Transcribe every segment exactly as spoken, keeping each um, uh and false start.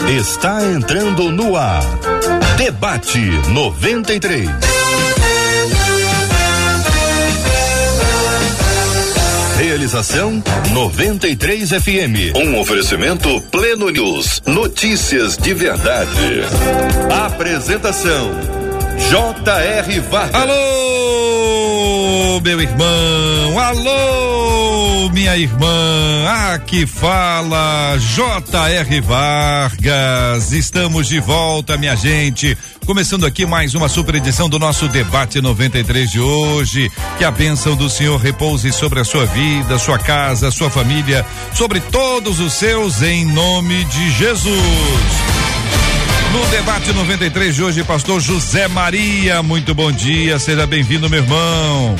Está entrando no ar. Debate noventa e três. Realização noventa e três F M. Um oferecimento Pleno News. Notícias de verdade. Apresentação J R Vargas. Alô, meu irmão. Alô, minha irmã. Aqui fala J R Vargas. Estamos de volta, minha gente. Começando aqui mais uma super edição do nosso Debate noventa e três de hoje. Que a bênção do Senhor repouse sobre a sua vida, sua casa, sua família, sobre todos os seus, em nome de Jesus. No Debate noventa e três de hoje, pastor José Maria, muito bom dia, seja bem-vindo, meu irmão.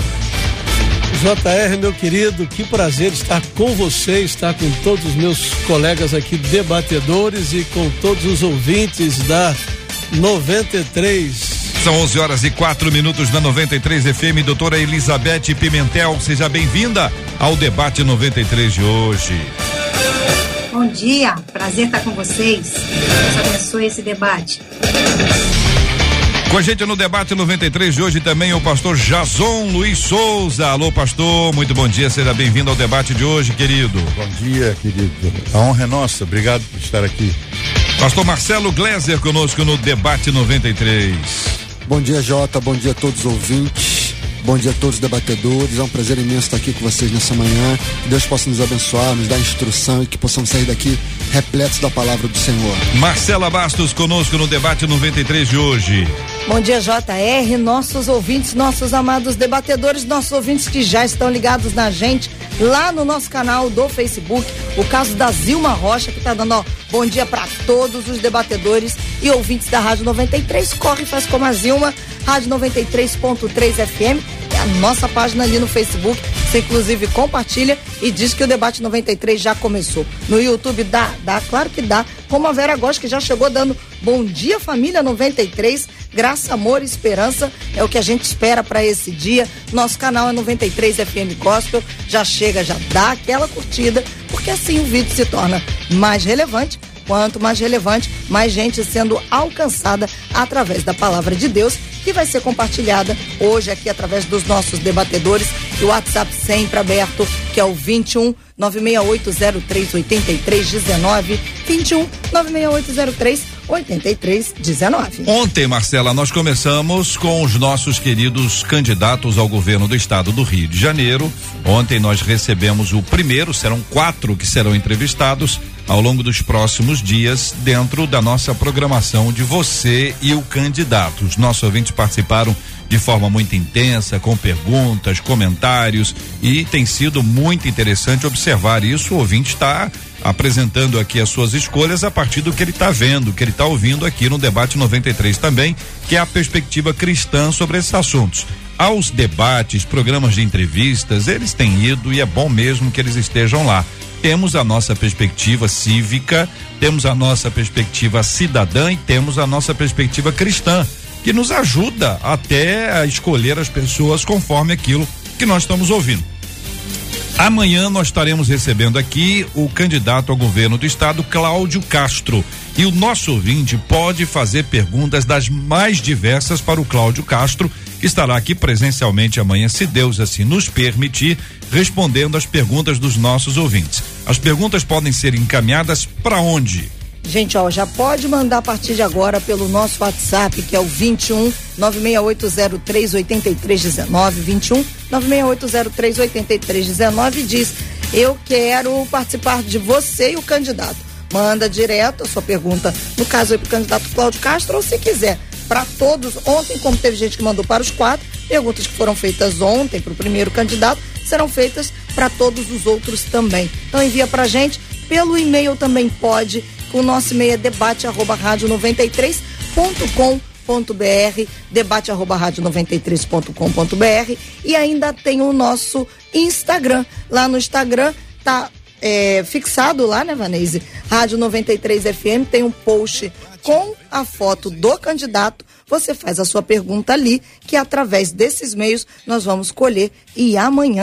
J R, meu querido, que prazer estar com você, estar com todos os meus colegas aqui debatedores e com todos os ouvintes da noventa e três. São onze horas e quatro minutos na noventa e três F M. Doutora Elizabeth Pimentel, seja bem-vinda ao Debate noventa e três de hoje. Bom dia, prazer estar com vocês. Deus abençoe esse debate. Com a gente no Debate noventa e três de hoje também o pastor Jason Luiz Souza. Alô, pastor, muito bom dia, seja bem-vindo ao debate de hoje, querido. Bom dia, querido. A honra é nossa, obrigado por estar aqui. Pastor Marcelo Gleiser conosco no Debate noventa e três. Bom dia, Jota, bom dia a todos os ouvintes. Bom dia a todos os debatedores, é um prazer imenso estar aqui com vocês nessa manhã. Que Deus possa nos abençoar, nos dar instrução e que possamos sair daqui repletos da palavra do Senhor. Marcela Bastos conosco no Debate noventa e três de hoje. Bom dia, J R, nossos ouvintes, nossos amados debatedores, nossos ouvintes que já estão ligados na gente lá no nosso canal do Facebook. O caso da Zilma Rocha, que está dando, ó, bom dia para todos os debatedores e ouvintes da Rádio noventa e três. Corre e faz como a Zilma, Rádio noventa e três ponto três F M. É a nossa página ali no Facebook. Você inclusive compartilha e diz que o Debate noventa e três já começou. No YouTube dá, dá, claro que dá. Como a Vera Góes, que já chegou dando bom dia, família noventa e três. Graça, amor e esperança é o que a gente espera para esse dia. Nosso canal é noventa e três F M Gospel. Já chega, já dá aquela curtida, porque assim o vídeo se torna mais relevante. Quanto mais relevante, mais gente sendo alcançada através da palavra de Deus, que vai ser compartilhada hoje aqui através dos nossos debatedores. E o WhatsApp sempre aberto, que é o vinte e um, nove seis oito zero três, oito três um nove, vinte e um, nove seis oito zero três, oito três um nove. Ontem, Marcela, nós começamos com os nossos queridos candidatos ao governo do estado do Rio de Janeiro. Ontem nós recebemos o primeiro, serão quatro que serão entrevistados ao longo dos próximos dias dentro da nossa programação de Você e o Candidato. Os nossos ouvintes participaram de forma muito intensa, com perguntas, comentários, e tem sido muito interessante observar isso. O ouvinte está apresentando aqui as suas escolhas a partir do que ele está vendo, que ele está ouvindo aqui no Debate noventa e três também, que é a perspectiva cristã sobre esses assuntos. Aos debates, programas de entrevistas, eles têm ido e é bom mesmo que eles estejam lá. Temos a nossa perspectiva cívica, temos a nossa perspectiva cidadã e temos a nossa perspectiva cristã, que nos ajuda até a escolher as pessoas conforme aquilo que nós estamos ouvindo. Amanhã nós estaremos recebendo aqui o candidato ao governo do estado, Cláudio Castro. E o nosso ouvinte pode fazer perguntas das mais diversas para o Cláudio Castro, que estará aqui presencialmente amanhã, se Deus assim nos permitir, respondendo as perguntas dos nossos ouvintes. As perguntas podem ser encaminhadas para onde? Gente, ó, já pode mandar a partir de agora pelo nosso WhatsApp, que é o vinte e um, nove seis oito zero três, oito três um nove, vinte e um, nove seis oito zero três, oito três um nove, e diz: eu quero participar de Você e o Candidato. Manda direto a sua pergunta, no caso aí pro candidato Cláudio Castro, ou se quiser para todos. Ontem, como teve gente que mandou para os quatro, perguntas que foram feitas ontem para o primeiro candidato serão feitas para todos os outros também. Então envia pra gente, pelo e-mail também pode. O nosso e-mail é debate arroba rádio noventa e três ponto com ponto br, debate arroba rádio noventa e três ponto com ponto br, e ainda tem o nosso Instagram. Lá no Instagram tá é, fixado lá, né, Vanese? Rádio noventa e três F M, tem um post com a foto do candidato. Você faz a sua pergunta ali, que através desses meios nós vamos colher, e amanhã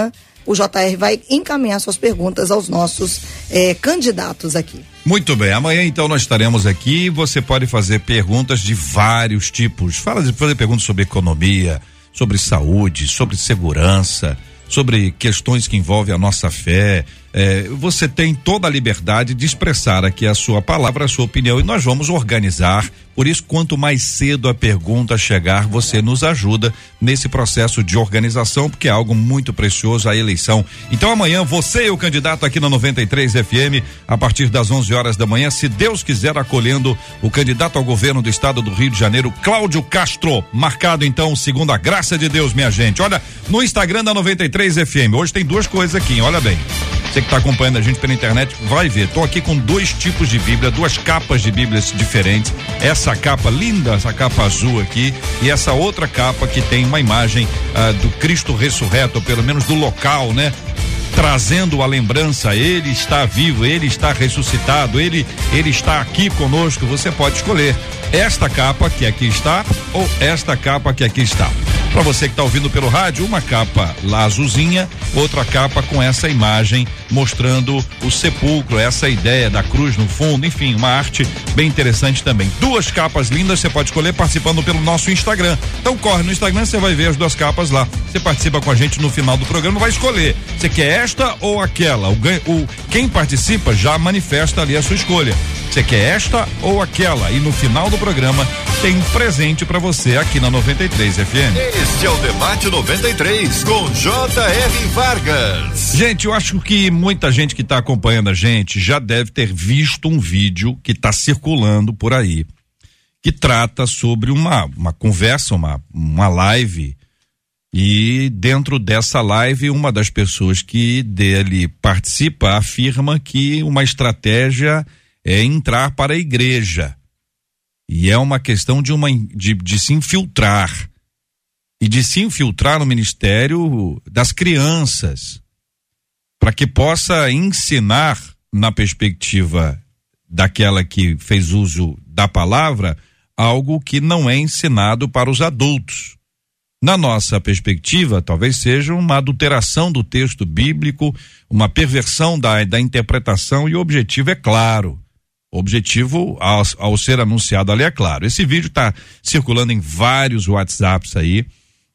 o J R vai encaminhar suas perguntas aos nossos eh, candidatos aqui. Muito bem, amanhã então nós estaremos aqui. Você pode fazer perguntas de vários tipos. Fala de fazer perguntas sobre economia, sobre saúde, sobre segurança, sobre questões que envolvem a nossa fé. É, você tem toda a liberdade de expressar aqui a sua palavra, a sua opinião, e nós vamos organizar. Por isso, quanto mais cedo a pergunta chegar, você nos ajuda nesse processo de organização, porque é algo muito precioso, a eleição. Então amanhã você é o candidato aqui na noventa e três F M, a partir das onze horas da manhã, se Deus quiser, acolhendo o candidato ao governo do estado do Rio de Janeiro, Cláudio Castro. Marcado então, segundo a graça de Deus, minha gente. Olha, no Instagram da noventa e três F M, hoje tem duas coisas aqui, olha bem. Você que está acompanhando a gente pela internet vai ver. Estou aqui com dois tipos de Bíblia, duas capas de Bíblias diferentes. Essa capa linda, essa capa azul aqui, e essa outra capa que tem uma imagem ah, do Cristo ressurreto, ou pelo menos do local, né? Trazendo a lembrança, ele está vivo, ele está ressuscitado, ele, ele está aqui conosco. Você pode escolher esta capa que aqui está ou esta capa que aqui está. Para você que está ouvindo pelo rádio, uma capa lá azulzinha, outra capa com essa imagem mostrando o sepulcro, essa ideia da cruz no fundo, enfim, uma arte bem interessante também. Duas capas lindas, você pode escolher participando pelo nosso Instagram. Então corre no Instagram, você vai ver as duas capas lá. Você participa com a gente no final do programa, vai escolher. Você quer esta ou aquela? O, o, quem participa já manifesta ali a sua escolha. Você quer esta ou aquela? E no final do programa tem um presente para você aqui na noventa e três F M. Este é o Debate noventa e três com J R Vargas. Gente, eu acho que muita gente que está acompanhando a gente já deve ter visto um vídeo que está circulando por aí, que trata sobre uma, uma conversa, uma, uma live. E dentro dessa live, uma das pessoas que dele participa afirma que uma estratégia é entrar para a igreja. E é uma questão de, uma, de, de se infiltrar. E de se infiltrar no ministério das crianças. Para que possa ensinar, na perspectiva daquela que fez uso da palavra, algo que não é ensinado para os adultos. Na nossa perspectiva, talvez seja uma adulteração do texto bíblico, uma perversão da, da interpretação, e o objetivo é claro. O objetivo, ao, ao ser anunciado ali, é claro. Esse vídeo está circulando em vários WhatsApps aí.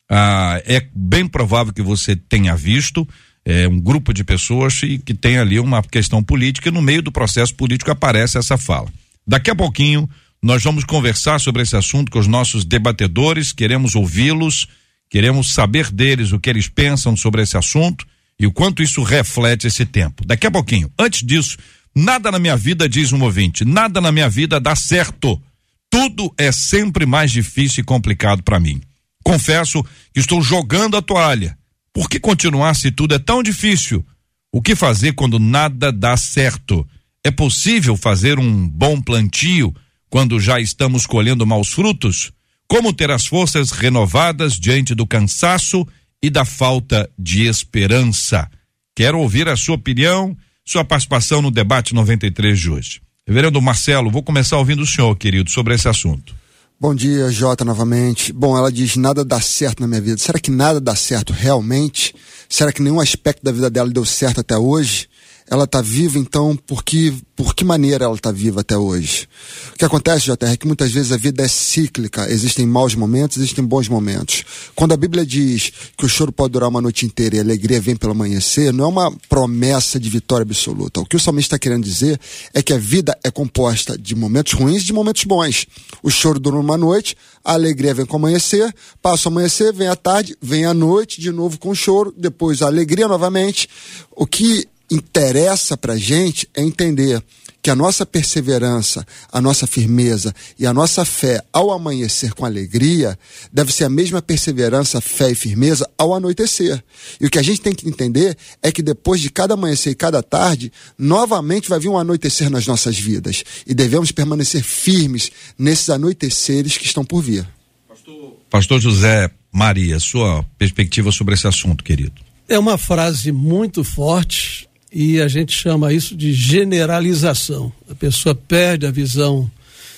Ah, é bem provável que você tenha visto é, um grupo de pessoas e que tem ali uma questão política, e no meio do processo político aparece essa fala. Daqui a pouquinho nós vamos conversar sobre esse assunto com os nossos debatedores, queremos ouvi-los, queremos saber deles o que eles pensam sobre esse assunto e o quanto isso reflete esse tempo. Daqui a pouquinho. Antes disso, nada na minha vida, diz um ouvinte, nada na minha vida dá certo. Tudo é sempre mais difícil e complicado para mim. Confesso que estou jogando a toalha. Por que continuar se tudo é tão difícil? O que fazer quando nada dá certo? É possível fazer um bom plantio quando já estamos colhendo maus frutos? Como ter as forças renovadas diante do cansaço e da falta de esperança? Quero ouvir a sua opinião, sua participação no Debate noventa e três de hoje. Reverendo Marcelo, vou começar ouvindo o senhor, querido, sobre esse assunto. Bom dia, Jota, novamente. Bom, ela diz, nada dá certo na minha vida. Será que nada dá certo realmente? Será que nenhum aspecto da vida dela deu certo até hoje? Ela está viva, então, por que, por que maneira ela está viva até hoje? O que acontece, J R, é que muitas vezes a vida é cíclica, existem maus momentos, existem bons momentos. Quando a Bíblia diz que o choro pode durar uma noite inteira e a alegria vem pelo amanhecer, não é uma promessa de vitória absoluta. O que o salmista está querendo dizer é que a vida é composta de momentos ruins e de momentos bons. O choro dura uma noite, a alegria vem com o amanhecer, passa o amanhecer, vem a tarde, vem a noite, de novo com o choro, depois a alegria novamente. O que interessa pra gente é entender que a nossa perseverança, a nossa firmeza e a nossa fé ao amanhecer com alegria deve ser a mesma perseverança, fé e firmeza ao anoitecer. E o que a gente tem que entender é que depois de cada amanhecer e cada tarde, novamente vai vir um anoitecer nas nossas vidas. E devemos permanecer firmes nesses anoiteceres que estão por vir. Pastor, Pastor José Maria, sua perspectiva sobre esse assunto, querido. É uma frase muito forte. E a gente chama isso de generalização. A pessoa perde a visão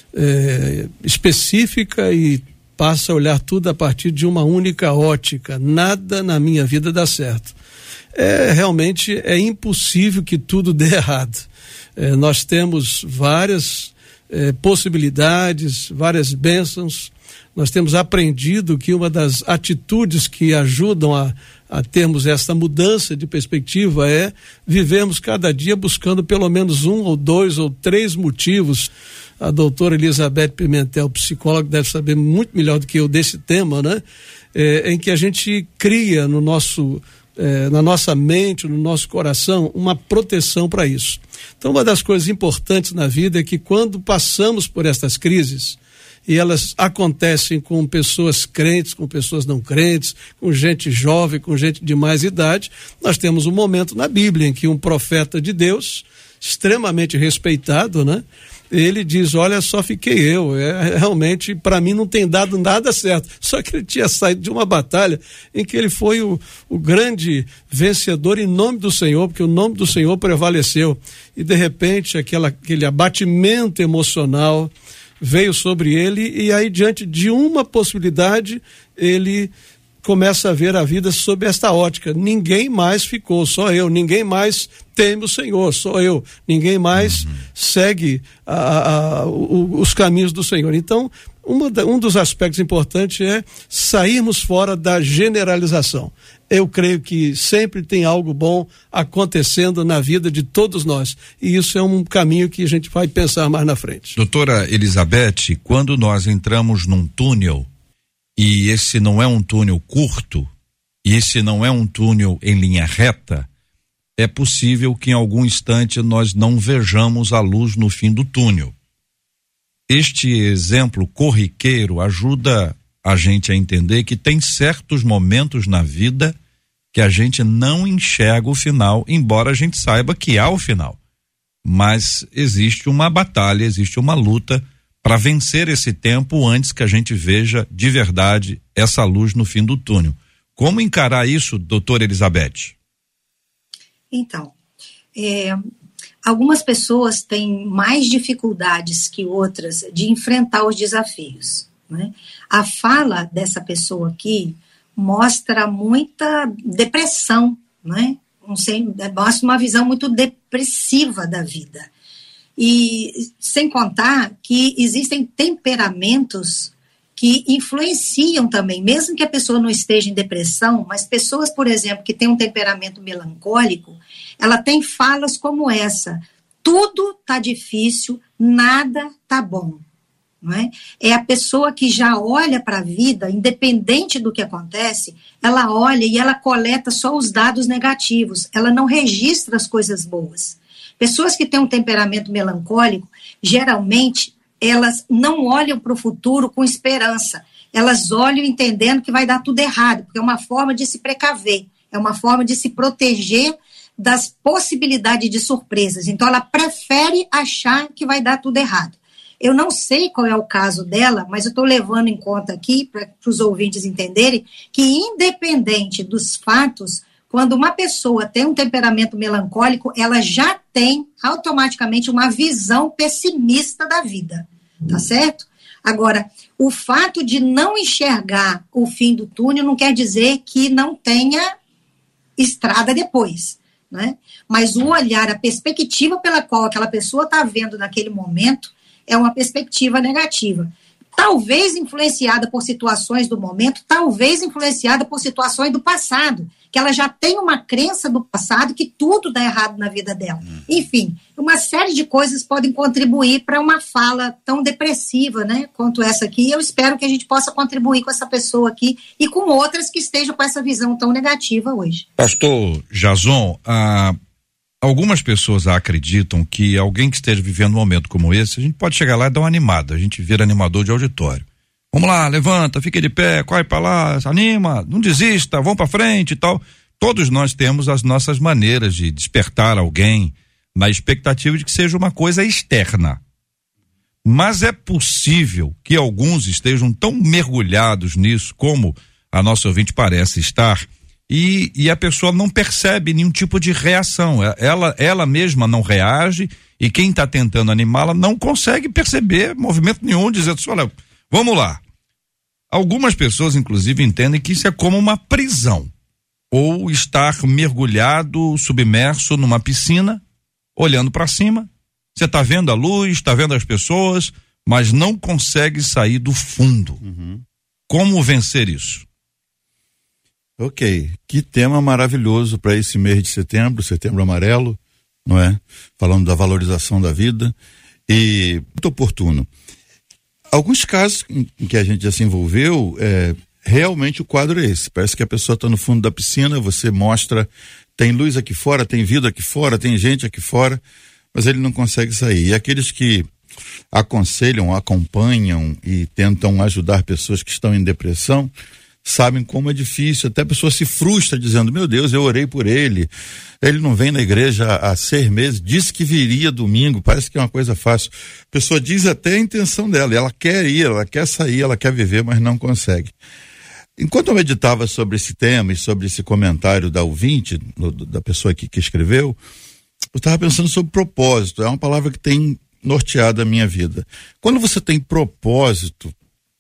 é, específica e passa a olhar tudo a partir de uma única ótica. Nada na minha vida dá certo. é, realmente é impossível que tudo dê errado. É, nós temos várias é, possibilidades, várias bênçãos. Nós temos aprendido que uma das atitudes que ajudam a, a termos essa mudança de perspectiva é vivermos cada dia buscando pelo menos um ou dois ou três motivos. A doutora Elizabeth Pimentel, psicóloga, deve saber muito melhor do que eu desse tema, né? É, em que a gente cria no nosso, é, na nossa mente, no nosso coração, uma proteção para isso. Então, uma das coisas importantes na vida é que quando passamos por estas crises, e elas acontecem com pessoas crentes, com pessoas não crentes, com gente jovem, com gente de mais idade, nós temos um momento na Bíblia em que um profeta de Deus, extremamente respeitado, né? Ele diz, olha, só fiquei eu, é, realmente para mim não tem dado nada certo, só que ele tinha saído de uma batalha em que ele foi o, o grande vencedor em nome do Senhor, porque o nome do Senhor prevaleceu, e de repente aquela, aquele abatimento emocional veio sobre ele, e aí diante de uma possibilidade ele começa a ver a vida sob esta ótica. Ninguém mais ficou, só eu. Ninguém mais teme o Senhor, só eu. Ninguém mais uhum. segue a, a, a, o, os caminhos do Senhor. Então, uma da, um dos aspectos importantes é sairmos fora da generalização. Eu creio que sempre tem algo bom acontecendo na vida de todos nós. E isso é um caminho que a gente vai pensar mais na frente. Doutora Elizabeth, quando nós entramos num túnel, e esse não é um túnel curto, e esse não é um túnel em linha reta, é possível que em algum instante nós não vejamos a luz no fim do túnel. Este exemplo corriqueiro ajuda a gente a entender que tem certos momentos na vida que a gente não enxerga o final, embora a gente saiba que há o final. Mas existe uma batalha, existe uma luta para vencer esse tempo antes que a gente veja de verdade essa luz no fim do túnel. Como encarar isso, doutora Elizabeth? Então, é, algumas pessoas têm mais dificuldades que outras de enfrentar os desafios, né? A fala dessa pessoa aqui mostra muita depressão, né? Não sei, mostra uma visão muito depressiva da vida. E sem contar que existem temperamentos que influenciam também, mesmo que a pessoa não esteja em depressão, mas pessoas, por exemplo, que têm um temperamento melancólico, ela tem falas como essa: tudo tá difícil, nada tá bom. Não é? É a pessoa que já olha para a vida, independente do que acontece, ela olha e ela coleta só os dados negativos, ela não registra as coisas boas. Pessoas que têm um temperamento melancólico, geralmente, elas não olham para o futuro com esperança. Elas olham entendendo que vai dar tudo errado, porque é uma forma de se precaver, é uma forma de se proteger das possibilidades de surpresas. Então, ela prefere achar que vai dar tudo errado. Eu não sei qual é o caso dela, mas eu estou levando em conta aqui, para os ouvintes entenderem, que independente dos fatos, quando uma pessoa tem um temperamento melancólico, ela já tem automaticamente uma visão pessimista da vida, tá certo? Agora, o fato de não enxergar o fim do túnel não quer dizer que não tenha estrada depois, né? Mas o olhar, a perspectiva pela qual aquela pessoa está vendo naquele momento é uma perspectiva negativa. Talvez influenciada por situações do momento, talvez influenciada por situações do passado, que ela já tem uma crença do passado que tudo dá errado na vida dela. Enfim, uma série de coisas podem contribuir para uma fala tão depressiva, né, quanto essa aqui. Eu espero que a gente possa contribuir com essa pessoa aqui e com outras que estejam com essa visão tão negativa hoje. Pastor Jason, ah, algumas pessoas acreditam que alguém que esteja vivendo um momento como esse, a gente pode chegar lá e dar uma animada, a gente vira animador de auditório. Vamos lá, levanta, fica de pé, corre pra lá, anima, não desista, vamos pra frente e tal. Todos nós temos as nossas maneiras de despertar alguém na expectativa de que seja uma coisa externa. Mas é possível que alguns estejam tão mergulhados nisso, como a nossa ouvinte parece estar, e, e a pessoa não percebe nenhum tipo de reação. Ela, ela mesma não reage, e quem está tentando animá-la não consegue perceber movimento nenhum, dizendo assim, olha, vamos lá. Algumas pessoas, inclusive, entendem que isso é como uma prisão. ou estar mergulhado, submerso numa piscina, olhando para cima. Você está vendo a luz, está vendo as pessoas, mas não consegue sair do fundo. Uhum. Como vencer isso? Ok, que tema maravilhoso para esse mês de setembro, setembro amarelo, não é? Falando da valorização da vida, e muito oportuno. Alguns casos em que a gente já se envolveu, é, realmente o quadro é esse, parece que a pessoa está no fundo da piscina, você mostra, tem luz aqui fora, tem vida aqui fora, tem gente aqui fora, mas ele não consegue sair. E aqueles que aconselham, acompanham e tentam ajudar pessoas que estão em depressão, sabem como é difícil, até a pessoa se frustra dizendo, meu Deus, eu orei por ele, ele não vem na igreja há, há seis meses, disse que viria domingo, parece que é uma coisa fácil. A pessoa diz até a intenção dela, ela quer ir, ela quer sair, ela quer viver, mas não consegue. Enquanto eu meditava sobre esse tema e sobre esse comentário da ouvinte, do, da pessoa que, que escreveu, eu estava pensando sobre propósito, é uma palavra que tem norteado a minha vida. Quando você tem propósito,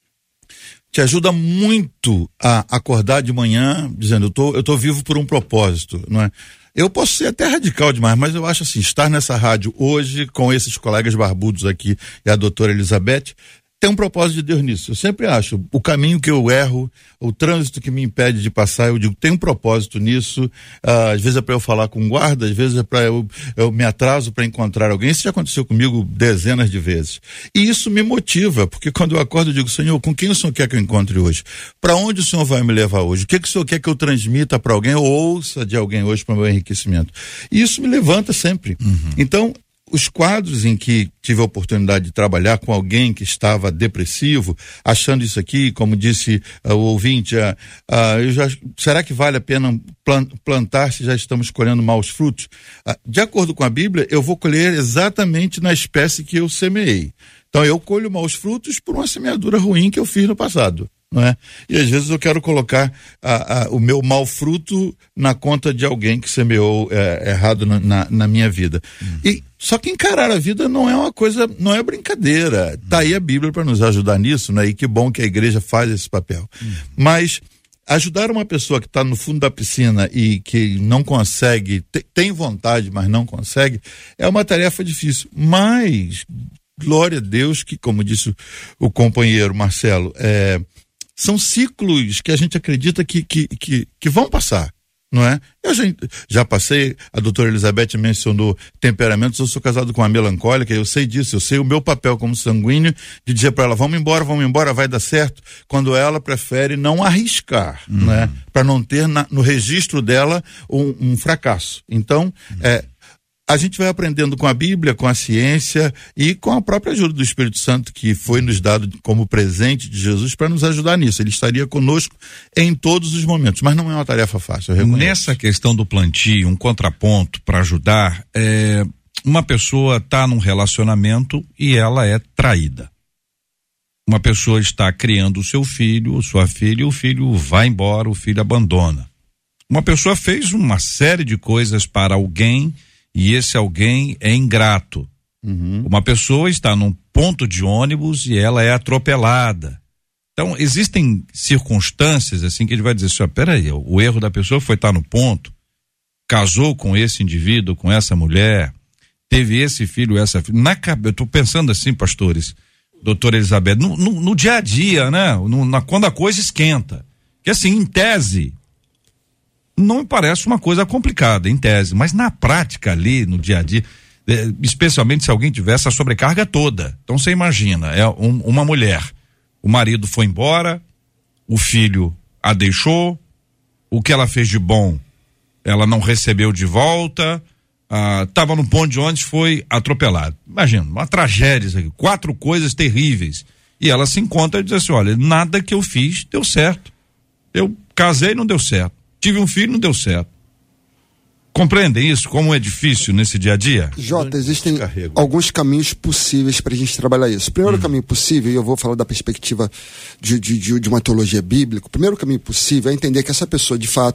te ajuda muito a acordar de manhã dizendo, eu tô, eu tô vivo por um propósito, não é? Eu posso ser até radical demais, mas eu acho assim, estar nessa rádio hoje com esses colegas barbudos aqui e a doutora Elizabeth, tem um propósito de Deus nisso. Eu sempre acho, o caminho que eu erro, o trânsito que me impede de passar, eu digo, tem um propósito nisso, ah, às vezes é para eu falar com um guarda, às vezes é para eu, eu me atraso para encontrar alguém. Isso já aconteceu comigo dezenas de vezes. E isso me motiva, porque quando eu acordo eu digo, Senhor, com quem o Senhor quer que eu encontre hoje? Para onde o Senhor vai me levar hoje? O que, que o Senhor quer que eu transmita para alguém ou ouça de alguém hoje para o meu enriquecimento? E isso me levanta sempre. Uhum. Então, os quadros em que tive a oportunidade de trabalhar com alguém que estava depressivo, achando isso aqui, como disse uh, o ouvinte, uh, uh, eu já, será que vale a pena plantar se já estamos colhendo maus frutos? Uh, de acordo com a Bíblia, eu vou colher exatamente na espécie que eu semeei. Então eu colho maus frutos por uma semeadura ruim que eu fiz no passado. Não é? E às vezes eu quero colocar a, a, o meu mau fruto na conta de alguém que semeou é, errado na, na, na minha vida. Uhum. E só que encarar a vida não é uma coisa, não é brincadeira. Uhum. Tá aí a Bíblia para nos ajudar nisso, né? E que bom que a igreja faz esse papel. Uhum. Mas ajudar uma pessoa que está no fundo da piscina e que não consegue, te, tem vontade, mas não consegue, é uma tarefa difícil. Mas glória a Deus que, como disse o companheiro Marcelo, é são ciclos que a gente acredita que, que, que, que vão passar, não é? Eu já, já passei, a doutora Elizabeth mencionou temperamentos, eu sou casado com uma melancólica, eu sei disso, eu sei o meu papel como sanguíneo de dizer para ela, vamos embora, vamos embora, vai dar certo, quando ela prefere não arriscar, uhum. né? Para não ter na, no registro dela um, um fracasso. Então, uhum. é, a gente vai aprendendo com a Bíblia, com a ciência e com a própria ajuda do Espírito Santo, que foi nos dado como presente de Jesus para nos ajudar nisso. Ele estaria conosco em todos os momentos, mas não é uma tarefa fácil. Eu reconheço. Nessa questão do plantio, um contraponto para ajudar, é, uma pessoa está num relacionamento e ela é traída. Uma pessoa está criando o seu filho, sua filha, e o filho vai embora, o filho abandona. Uma pessoa fez uma série de coisas para alguém e esse alguém é ingrato. Uhum. Uma pessoa está num ponto de ônibus e ela é atropelada. Então, existem circunstâncias assim que ele vai dizer assim, ó, peraí, o erro da pessoa foi estar no ponto, casou com esse indivíduo, com essa mulher, teve esse filho, essa filha. Na cabeça, eu estou pensando assim, pastores, doutora Elizabeth, no, no, no dia a dia, né? No, na, quando a coisa esquenta. Que assim, em tese, não me parece uma coisa complicada, em tese, mas na prática ali, no dia a dia, eh, especialmente se alguém tiver essa sobrecarga toda. Então você imagina, é um, uma mulher, o marido foi embora, o filho a deixou, o que ela fez de bom, ela não recebeu de volta, estava ah, no ponto de ônibus, foi atropelada. Imagina, uma tragédia isso aqui, quatro coisas terríveis. E ela se encontra e diz assim, olha, nada que eu fiz deu certo. Eu casei e não deu certo. Tive um filho, não deu certo. Compreendem isso? Como é difícil nesse dia a dia? Jota, existem alguns caminhos possíveis para a gente trabalhar isso. O primeiro hum. caminho possível, e eu vou falar da perspectiva de, de, de, de uma teologia bíblica, o primeiro caminho possível é entender que essa pessoa, de fato, é um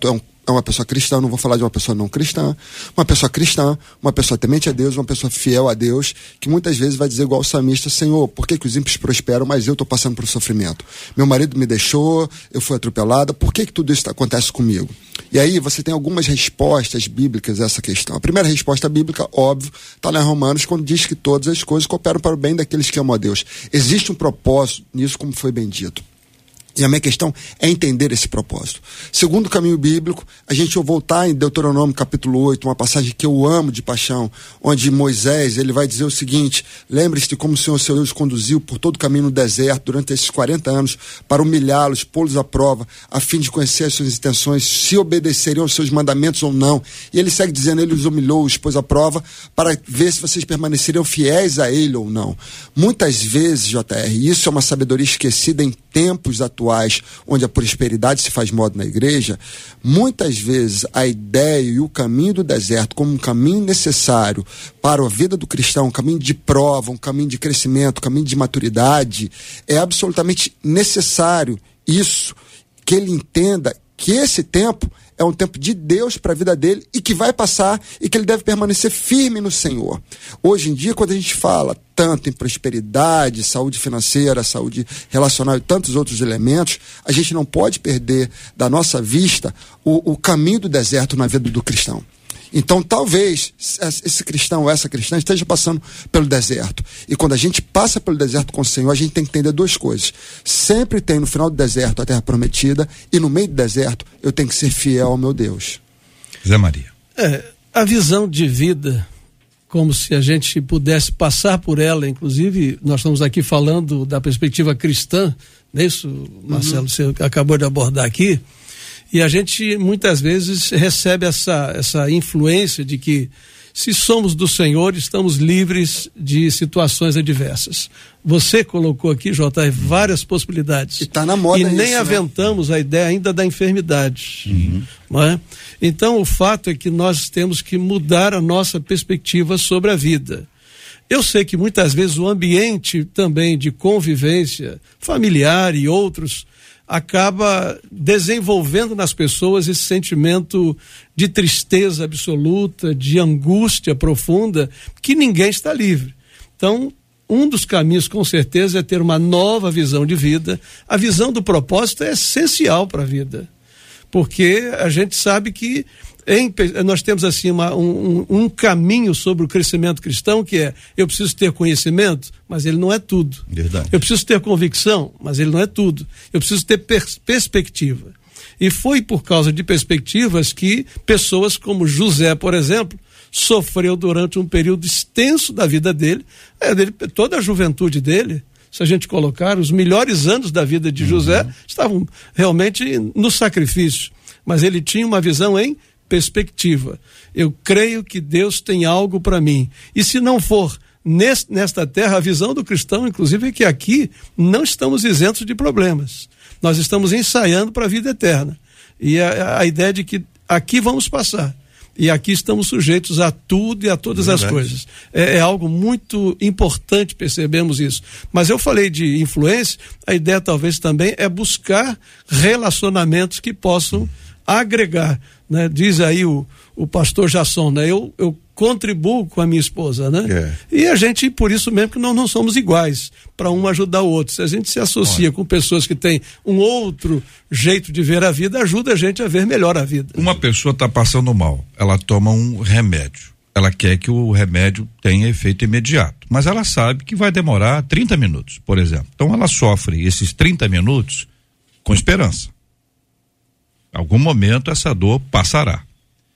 é uma pessoa cristã, não vou falar de uma pessoa não cristã, uma pessoa cristã, uma pessoa temente a Deus, uma pessoa fiel a Deus, que muitas vezes vai dizer igual o salmista: Senhor, por que que os ímpios prosperam, mas eu estou passando por sofrimento? Meu marido me deixou, eu fui atropelada, por que que tudo isso acontece comigo? E aí você tem algumas respostas bíblicas a essa questão. A primeira resposta bíblica, óbvio, está lá em Romanos, quando diz que todas as coisas cooperam para o bem daqueles que amam a Deus. Existe um propósito nisso, como foi bem dito. E a minha questão é entender esse propósito. Segundo o caminho bíblico, a gente vai voltar em Deuteronômio capítulo oito, uma passagem que eu amo de paixão, onde Moisés, ele vai dizer o seguinte: lembre-se de como o Senhor seu Deus conduziu por todo o caminho no deserto durante esses quarenta anos para humilhá-los, pô-los à prova, a fim de conhecer as suas intenções, se obedeceriam aos seus mandamentos ou não. E ele segue dizendo: ele os humilhou, os pôs à prova para ver se vocês permaneceriam fiéis a ele ou não. Muitas vezes, J R, isso é uma sabedoria esquecida em tempos atuais, onde a prosperidade se faz moda na igreja. Muitas vezes a ideia e o caminho do deserto como um caminho necessário para a vida do cristão, um caminho de prova, um caminho de crescimento, um caminho de maturidade, é absolutamente necessário isso, que ele entenda que esse tempo é um tempo de Deus para a vida dele e que vai passar e que ele deve permanecer firme no Senhor. Hoje em dia, quando a gente fala tanto em prosperidade, saúde financeira, saúde relacional e tantos outros elementos, a gente não pode perder da nossa vista o, o caminho do deserto na vida do cristão. Então, talvez esse cristão ou essa cristã esteja passando pelo deserto. E quando a gente passa pelo deserto com o Senhor, a gente tem que entender duas coisas. Sempre tem no final do deserto a terra prometida, e no meio do deserto eu tenho que ser fiel ao meu Deus. Zé Maria. É, a visão de vida, como se a gente pudesse passar por ela, inclusive nós estamos aqui falando da perspectiva cristã, não é isso, Marcelo, uhum. Você acabou de abordar aqui. E a gente muitas vezes recebe essa, essa influência de que, se somos do Senhor, estamos livres de situações adversas. Você colocou aqui, J R, várias possibilidades. E está na moda E nem isso, aventamos, né, a ideia ainda da enfermidade. Uhum. Não é? Então, o fato é que nós temos que mudar a nossa perspectiva sobre a vida. Eu sei que muitas vezes o ambiente também de convivência familiar e outros acaba desenvolvendo nas pessoas esse sentimento de tristeza absoluta, de angústia profunda, que ninguém está livre. Então, um dos caminhos, com certeza, é ter uma nova visão de vida. A visão do propósito é essencial para a vida, porque a gente sabe que Em, nós temos assim uma, um, um caminho sobre o crescimento cristão, que é: eu preciso ter conhecimento, mas ele não é tudo. Verdade. Eu preciso ter convicção, mas ele não é tudo. Eu preciso ter pers- perspectiva. E foi por causa de perspectivas que pessoas como José, por exemplo, sofreu durante um período extenso da vida dele, é, dele toda a juventude dele. Se a gente colocar, os melhores anos da vida de José uhum. estavam realmente no sacrifício, mas ele tinha uma visão em perspectiva. Eu creio que Deus tem algo para mim. E se não for neste, nesta terra, a visão do cristão, inclusive, é que aqui não estamos isentos de problemas. Nós estamos ensaiando para a vida eterna. E a, a ideia de que aqui vamos passar. E aqui estamos sujeitos a tudo e a todas Verdade. As coisas. É, é algo muito importante, percebemos isso. Mas eu falei de influência, a ideia talvez também é buscar relacionamentos que possam agregar, né? Diz aí o, o pastor Jasson, né? Eu, eu contribuo com a minha esposa, né? É. E a gente, por isso mesmo que nós não somos iguais, para um ajudar o outro. Se a gente se associa Olha. com pessoas que têm um outro jeito de ver a vida, ajuda a gente a ver melhor a vida. Uma pessoa está passando mal, ela toma um remédio, ela quer que o remédio tenha efeito imediato, mas ela sabe que vai demorar trinta minutos, por exemplo. Então ela sofre esses trinta minutos com esperança. Em algum momento essa dor passará.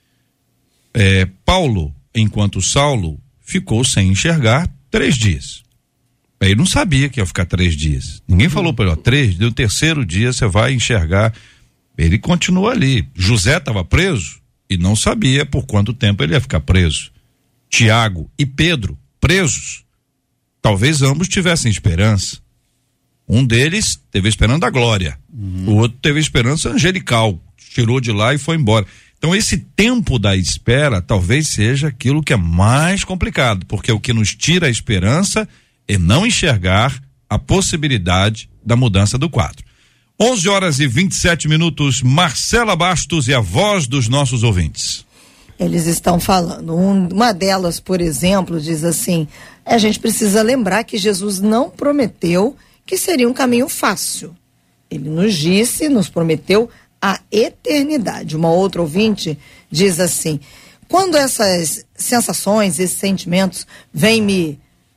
É, Paulo, enquanto Saulo, ficou sem enxergar três dias. Ele não sabia que ia ficar três dias. Ninguém falou para ele, ó, três, no terceiro dia você vai enxergar. Ele continuou ali. José estava preso e não sabia por quanto tempo ele ia ficar preso. Tiago e Pedro, presos. Talvez ambos tivessem esperança. Um deles teve esperança da glória. Uhum. O outro teve esperança angelical. Tirou de lá e foi embora. Então esse tempo da espera talvez seja aquilo que é mais complicado, porque o que nos tira a esperança é não enxergar a possibilidade da mudança do quadro. onze horas e vinte e sete minutos, Marcela Bastos e a voz dos nossos ouvintes. Eles estão falando, um, uma delas, por exemplo, diz assim, a gente precisa lembrar que Jesus não prometeu que seria um caminho fácil. Ele nos disse, nos prometeu a eternidade. Uma outra ouvinte diz assim, quando essas sensações, esses sentimentos vêm me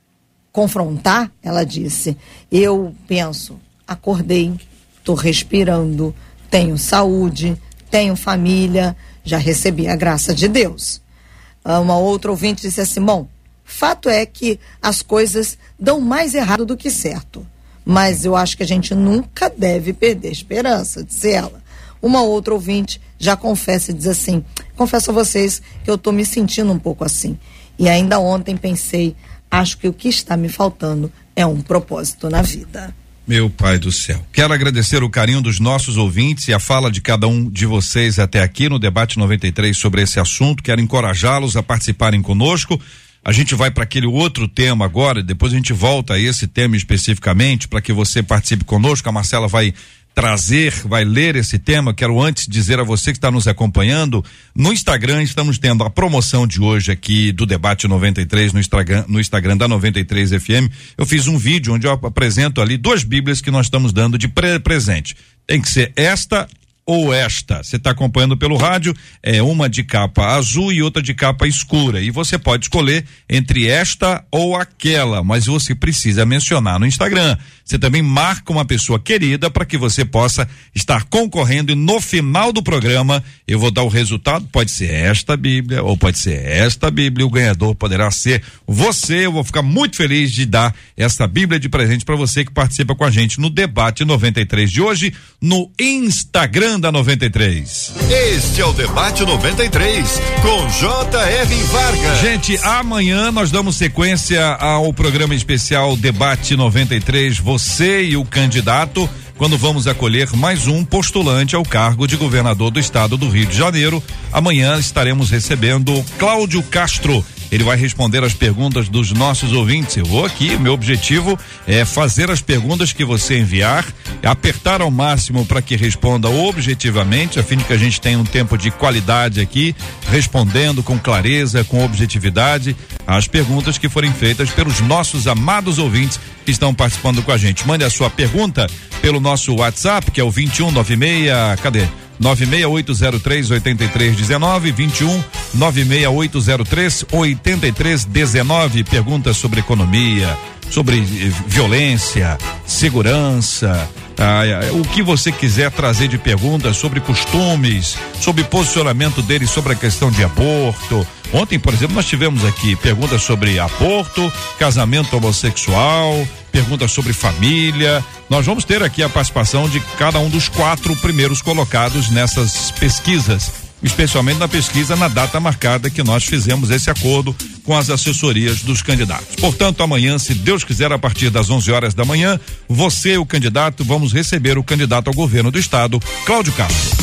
confrontar, ela disse, eu penso, acordei, estou respirando, tenho saúde, tenho família, já recebi a graça de Deus. Uma outra ouvinte disse assim, bom, fato é que as coisas dão mais errado do que certo, mas eu acho que a gente nunca deve perder a esperança, disse ela. Uma outra ouvinte já confessa e diz assim, confesso a vocês que eu estou me sentindo um pouco assim, e ainda ontem pensei, acho que o que está me faltando é um propósito na vida. Meu Pai do céu. Quero agradecer o carinho dos nossos ouvintes e a fala de cada um de vocês até aqui no Debate noventa e três sobre esse assunto. Quero encorajá-los a participarem conosco. A gente vai para aquele outro tema agora, depois a gente volta a esse tema especificamente para que você participe conosco. A Marcela vai trazer, vai ler esse tema. Quero antes dizer a você que está nos acompanhando, no Instagram estamos tendo a promoção de hoje aqui do Debate noventa e três no Instagram, no Instagram da noventa e três F M. Eu fiz um vídeo onde eu apresento ali duas bíblias que nós estamos dando de pre- presente. Tem que ser esta ou esta. Você está acompanhando pelo rádio, é uma de capa azul e outra de capa escura, e você pode escolher entre esta ou aquela, mas você precisa mencionar no Instagram. Você também marca uma pessoa querida para que você possa estar concorrendo, e no final do programa eu vou dar o resultado, pode ser esta Bíblia ou pode ser esta Bíblia, o ganhador poderá ser você. Eu vou ficar muito feliz de dar esta Bíblia de presente para você que participa com a gente no Debate noventa e três de hoje no Instagram da noventa e três. Este é o Debate noventa e três com J R Vargas. Gente, amanhã nós damos sequência ao programa especial Debate noventa e três, você e o candidato, quando vamos acolher mais um postulante ao cargo de governador do estado do Rio de Janeiro. Amanhã estaremos recebendo Cláudio Castro. Ele vai responder as perguntas dos nossos ouvintes. Eu vou aqui, meu objetivo é fazer as perguntas que você enviar, apertar ao máximo para que responda objetivamente, a fim de que a gente tenha um tempo de qualidade aqui, respondendo com clareza, com objetividade, as perguntas que forem feitas pelos nossos amados ouvintes que estão participando com a gente. Mande a sua pergunta pelo nosso WhatsApp, que é o vinte e um noventa e seis, cadê? nove seis oito zero três oito três um nove, vinte e um nove seis oito zero três oito três um nove. Perguntas sobre economia, sobre eh, violência, segurança, ah, o que você quiser trazer de perguntas sobre costumes, sobre posicionamento deles sobre a questão de aborto. Ontem, por exemplo, nós tivemos aqui perguntas sobre aborto, casamento homossexual, perguntas sobre família. Nós vamos ter aqui a participação de cada um dos quatro primeiros colocados nessas pesquisas, especialmente na pesquisa na data marcada que nós fizemos esse acordo com as assessorias dos candidatos. Portanto, amanhã, se Deus quiser, a partir das onze horas da manhã, você, o candidato, vamos receber o candidato ao governo do estado, Cláudio Castro.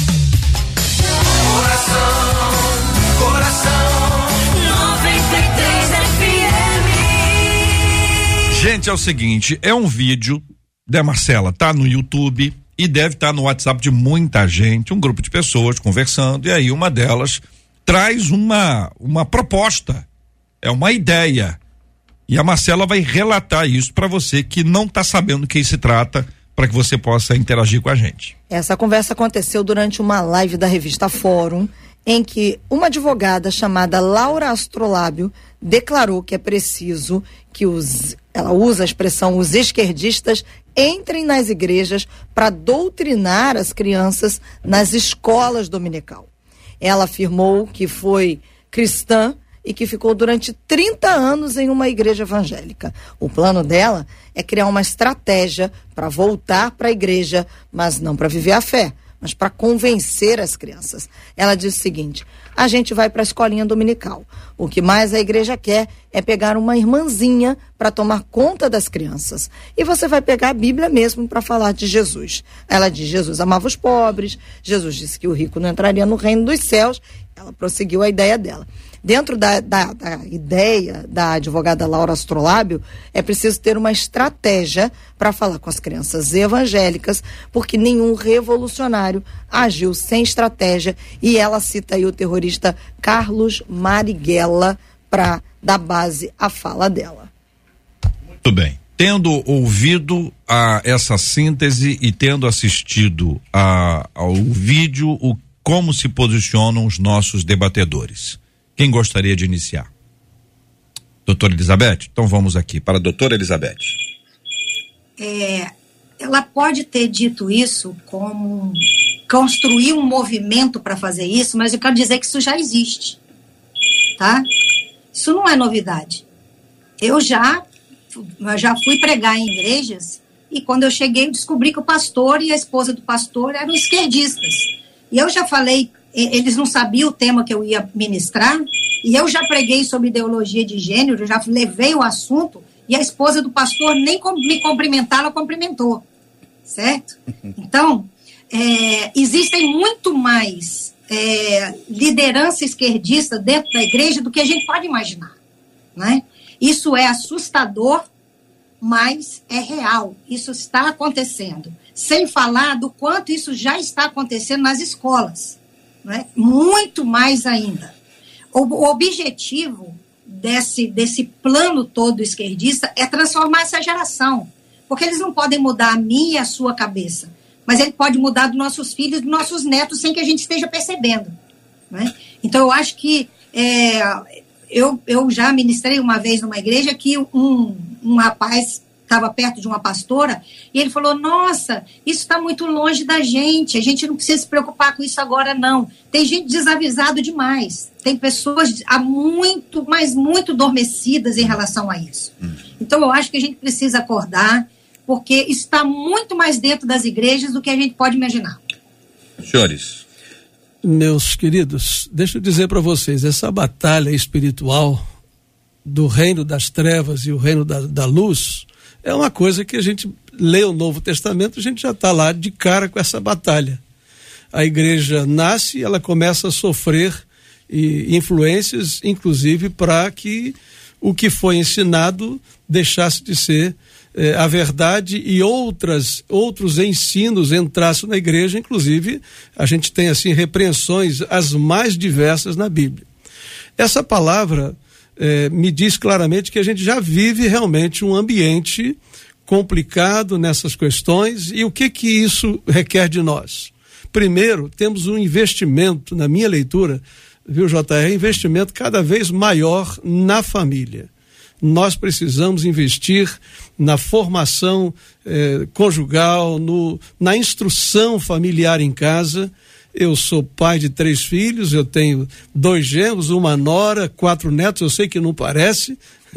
Coração, coração, noventa e três F M. Gente, é o seguinte, é um vídeo da Marcela, tá no YouTube e deve estar tá no WhatsApp de muita gente, um grupo de pessoas conversando, e aí uma delas traz uma uma proposta, é uma ideia, e a Marcela vai relatar isso para você que não está sabendo do que se trata, para que você possa interagir com a gente. Essa conversa aconteceu durante uma live da revista Fórum, em que uma advogada chamada Laura Astrolábio declarou que é preciso que os, ela usa a expressão, os esquerdistas entrem nas igrejas para doutrinar as crianças nas escolas dominical. Ela afirmou que foi cristã e que ficou durante trinta anos em uma igreja evangélica. O plano dela é criar uma estratégia para voltar para a igreja, mas não para viver a fé, mas para convencer as crianças. Ela diz o seguinte: a gente vai para a escolinha dominical. O que mais a igreja quer é pegar uma irmãzinha para tomar conta das crianças. E você vai pegar a Bíblia mesmo para falar de Jesus. Ela diz: Jesus amava os pobres, Jesus disse que o rico não entraria no reino dos céus. Ela prosseguiu a ideia dela. Dentro da, da, da ideia da advogada Laura Astrolábio, é preciso ter uma estratégia para falar com as crianças evangélicas, porque nenhum revolucionário agiu sem estratégia, e ela cita aí o terrorista Carlos Marighella para dar base à fala dela. Muito bem. Tendo ouvido a, essa síntese e tendo assistido a, ao vídeo, o, como se posicionam os nossos debatedores? Quem gostaria de iniciar? Doutora Elizabeth? Então vamos aqui para a doutora Elizabeth. É, ela pode ter dito isso como construir um movimento para fazer isso, mas eu quero dizer que isso já existe, tá? Isso não é novidade. Eu já Eu já fui pregar em igrejas e quando eu cheguei eu descobri que o pastor e a esposa do pastor eram esquerdistas. E eu já falei, eles não sabiam o tema que eu ia ministrar, e eu já preguei sobre ideologia de gênero, já levei o assunto, e a esposa do pastor nem me cumprimentar, ela cumprimentou, certo? Então, é, existem muito mais é, liderança esquerdista dentro da igreja do que a gente pode imaginar, né? Isso é assustador, mas é real. Isso está acontecendo. Sem falar do quanto isso já está acontecendo nas escolas, né? Muito mais ainda. O, o objetivo desse, desse plano todo esquerdista é transformar essa geração. Porque eles não podem mudar a minha e a sua cabeça. Mas ele pode mudar dos nossos filhos, dos nossos netos, sem que a gente esteja percebendo, né? Então, eu acho que... É, Eu, eu já ministrei uma vez numa igreja que um, um rapaz estava perto de uma pastora e ele falou, nossa, isso está muito longe da gente, a gente não precisa se preocupar com isso agora não. Tem gente desavisado demais, tem pessoas há muito, mas muito adormecidas em relação a isso. Então eu acho que a gente precisa acordar, porque isso está muito mais dentro das igrejas do que a gente pode imaginar. Senhores. Meus queridos, deixa eu dizer para vocês, essa batalha espiritual do reino das trevas e o reino da, da luz é uma coisa que a gente lê o Novo Testamento, a gente já está lá de cara com essa batalha. A igreja nasce, ela começa a sofrer e, influências, inclusive para que o que foi ensinado deixasse de ser Eh, a verdade e outras, outros ensinos entrassem na igreja, inclusive a gente tem assim repreensões as mais diversas na Bíblia. Essa palavra eh, me diz claramente que a gente já vive realmente um ambiente complicado nessas questões, e o que que isso requer de nós? Primeiro, temos um investimento, na minha leitura, viu, J R, investimento cada vez maior na família. Nós precisamos investir na formação eh, conjugal, no, na instrução familiar em casa. Eu sou pai de três filhos, eu tenho dois genros, uma nora, quatro netos, eu sei que não parece,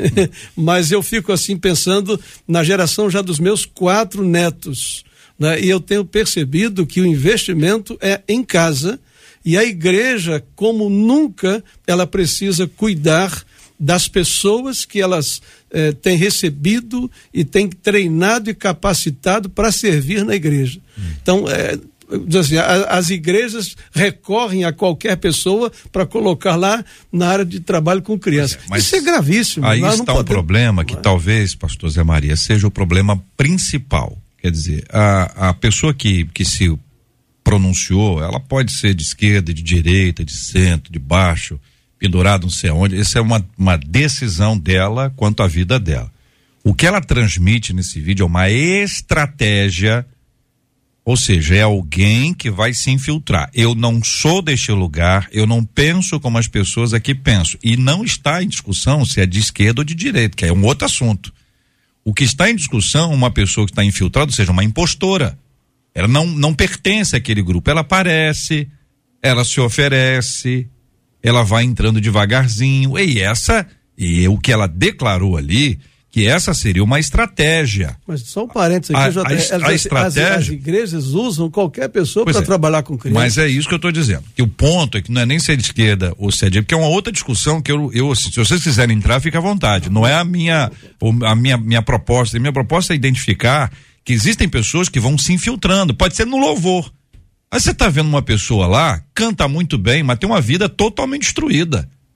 mas eu fico assim pensando na geração já dos meus quatro netos, né? E eu tenho percebido que o investimento é em casa, e a igreja, como nunca, ela precisa cuidar das pessoas que elas eh, têm recebido e têm treinado e capacitado para servir na igreja. Hum. Então, eh, assim, a, as igrejas recorrem a qualquer pessoa para colocar lá na área de trabalho com crianças. É, mas isso é gravíssimo. Aí Nós está não um podemos... problema que talvez, pastor Zé Maria, seja o problema principal. Quer dizer, a, a pessoa que, que se pronunciou, ela pode ser de esquerda, de direita, de centro, de baixo, pendurado não sei aonde, essa é uma, uma decisão dela quanto à vida dela. O que ela transmite nesse vídeo é uma estratégia, ou seja, é alguém que vai se infiltrar. Eu não sou deste lugar, eu não penso como as pessoas aqui pensam, e não está em discussão se é de esquerda ou de direita, que é um outro assunto. O que está em discussão é uma pessoa que está infiltrada, ou seja, uma impostora. Ela não, não pertence àquele grupo, ela aparece, ela se oferece, ela vai entrando devagarzinho, e essa, e o que ela declarou ali, que essa seria uma estratégia. Mas só um parênteses aqui, a, já, a, as, a estratégia, as, as igrejas usam qualquer pessoa para é, trabalhar com crianças. Mas é isso que eu estou dizendo, que o ponto é que não é nem ser de esquerda ou ser de direita, porque é uma outra discussão que eu, eu, se vocês quiserem entrar, fica à vontade, não é a minha, a minha, minha proposta, a minha proposta é identificar que existem pessoas que vão se infiltrando, pode ser no louvor. Aí você está vendo uma pessoa lá, canta muito bem, mas tem uma vida totalmente destruída.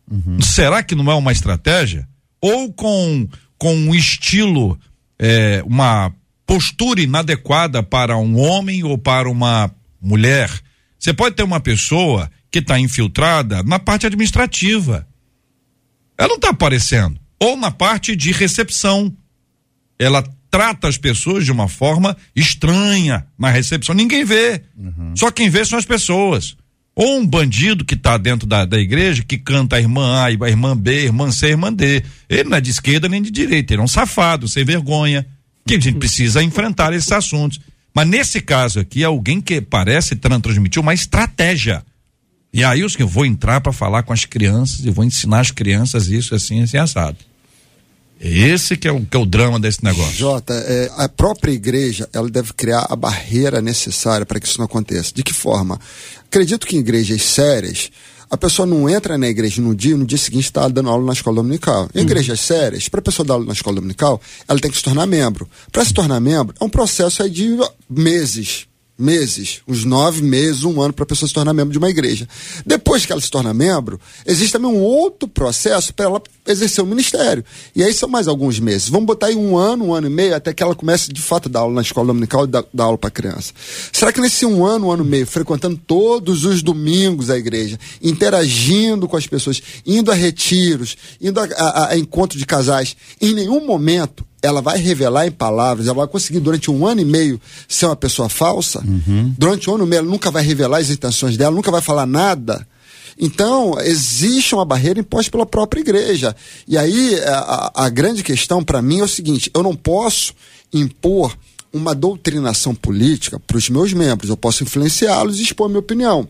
Uhum. Será que não é uma estratégia? Ou com, com um estilo, é, uma postura inadequada para um homem ou para uma mulher? Você pode ter uma pessoa que está infiltrada na parte administrativa. Ela não está aparecendo. Ou na parte de recepção. Ela trata as pessoas de uma forma estranha na recepção. Ninguém vê. Uhum. Só quem vê são as pessoas. Ou um bandido que está dentro da, da igreja, que canta a irmã A, a irmã B, a irmã C, a irmã D. Ele não é de esquerda nem de direita. Ele é um safado, sem vergonha. Que a gente precisa enfrentar esses assuntos. Mas nesse caso aqui, é alguém que parece transmitir uma estratégia. E aí eu, eu vou entrar para falar com as crianças e vou ensinar as crianças isso assim, assim, assado. Esse que é o, que é o drama desse negócio. Jota, é, a própria igreja, ela deve criar a barreira necessária para que isso não aconteça. De que forma? Acredito que em igrejas sérias, a pessoa não entra na igreja no dia, no dia seguinte está dando aula na escola dominical. Em uhum. igrejas sérias, para a pessoa dar aula na escola dominical, ela tem que se tornar membro. Para se tornar membro, é um processo aí de meses. Meses, uns nove meses, um ano para a pessoa se tornar membro de uma igreja. Depois que ela se torna membro, existe também um outro processo para ela exercer o ministério. E aí são mais alguns meses. Vamos botar aí um ano, um ano e meio, até que ela comece de fato a dar aula na escola dominical e dar, dar aula para a criança. Será que nesse um ano, um ano e meio, frequentando todos os domingos a igreja, interagindo com as pessoas, indo a retiros, indo a, a, a encontro de casais, em nenhum momento ela vai revelar em palavras, ela vai conseguir durante um ano e meio ser uma pessoa falsa? Uhum. Durante um ano e meio ela nunca vai revelar as intenções dela, nunca vai falar nada. Então, existe uma barreira imposta pela própria igreja. E aí, a, a grande questão para mim é o seguinte: eu não posso impor uma doutrinação política para os meus membros, eu posso influenciá-los e expor a minha opinião.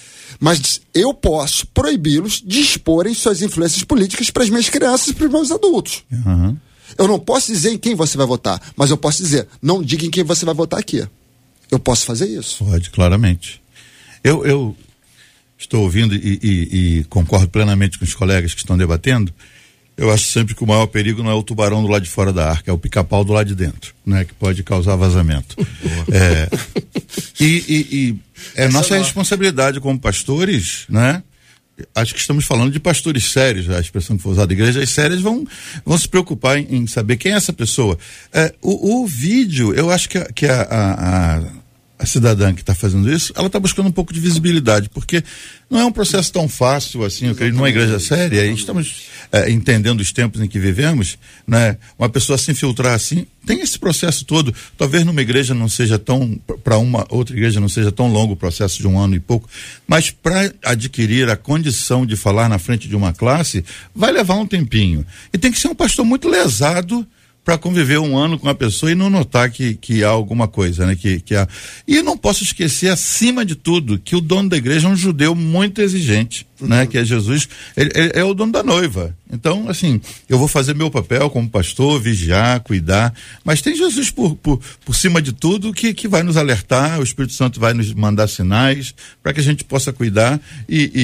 Mas eu posso proibi-los de exporem suas influências políticas para as minhas crianças e para os meus adultos. Uhum. Eu não posso dizer em quem você vai votar, mas eu posso dizer, não diga em quem você vai votar aqui. Eu posso fazer isso. Pode, claramente. Eu, eu estou ouvindo e, e, e concordo plenamente com os colegas que estão debatendo. Eu acho sempre que o maior perigo não é o tubarão do lado de fora da arca, é o pica-pau do lado de dentro, né? Que pode causar vazamento. é, e, e, e é Essa nossa não. responsabilidade como pastores, né? Acho que estamos falando de pastores sérios, a expressão que foi usada, igrejas sérias vão, vão se preocupar em, em saber quem é essa pessoa. É, o, o vídeo, eu acho que a, que a, a, a cidadã que está fazendo isso, ela está buscando um pouco de visibilidade, porque não é um processo tão fácil assim, eu creio, numa igreja séria, e estamos é, entendendo os tempos em que vivemos, né? Uma pessoa se infiltrar assim, tem esse processo todo. Talvez numa igreja não seja tão, para uma outra igreja não seja tão longo o processo de um ano e pouco, mas para adquirir a condição de falar na frente de uma classe, vai levar um tempinho. E tem que ser um pastor muito lesado para conviver um ano com a pessoa e não notar que, que há alguma coisa, né? Que, que há... E eu não posso esquecer, acima de tudo, que o dono da igreja é um judeu muito exigente, uhum. né? Que é Jesus, ele, ele é o dono da noiva. Então, assim, eu vou fazer meu papel como pastor, vigiar, cuidar, mas tem Jesus por, por, por cima de tudo que, que vai nos alertar, o Espírito Santo vai nos mandar sinais para que a gente possa cuidar e...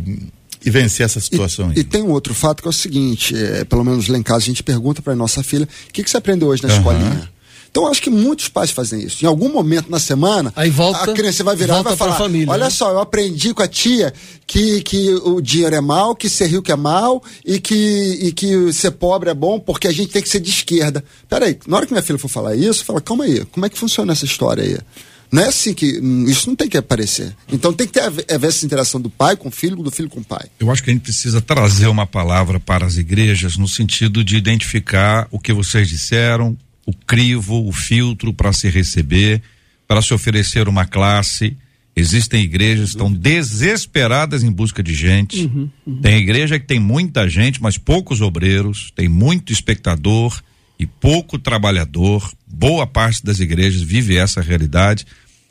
e e vencer essa situação. E, e tem um outro fato que é o seguinte, é, pelo menos lá em casa a gente pergunta para nossa filha, o que, que você aprendeu hoje na uhum. escolinha? Então eu acho que muitos pais fazem isso. Em algum momento na semana, aí volta, a criança vai virar e vai falar, família, olha né? só, eu aprendi com a tia que, que o dinheiro é mal, que ser rico é mal e que, e que ser pobre é bom porque a gente tem que ser de esquerda. Peraí, na hora que minha filha for falar isso, fala, calma aí, como é que funciona essa história aí? Não é assim que, isso não tem que aparecer. Então tem que ter haver essa interação do pai com o filho, do filho com o pai. Eu acho que a gente precisa trazer uma palavra para as igrejas no sentido de identificar o que vocês disseram, o crivo, o filtro para se receber, para se oferecer uma classe. Existem igrejas que estão desesperadas em busca de gente. Uhum, uhum. Tem igreja que tem muita gente, mas poucos obreiros, tem muito espectador e pouco trabalhador. Boa parte das igrejas vive essa realidade.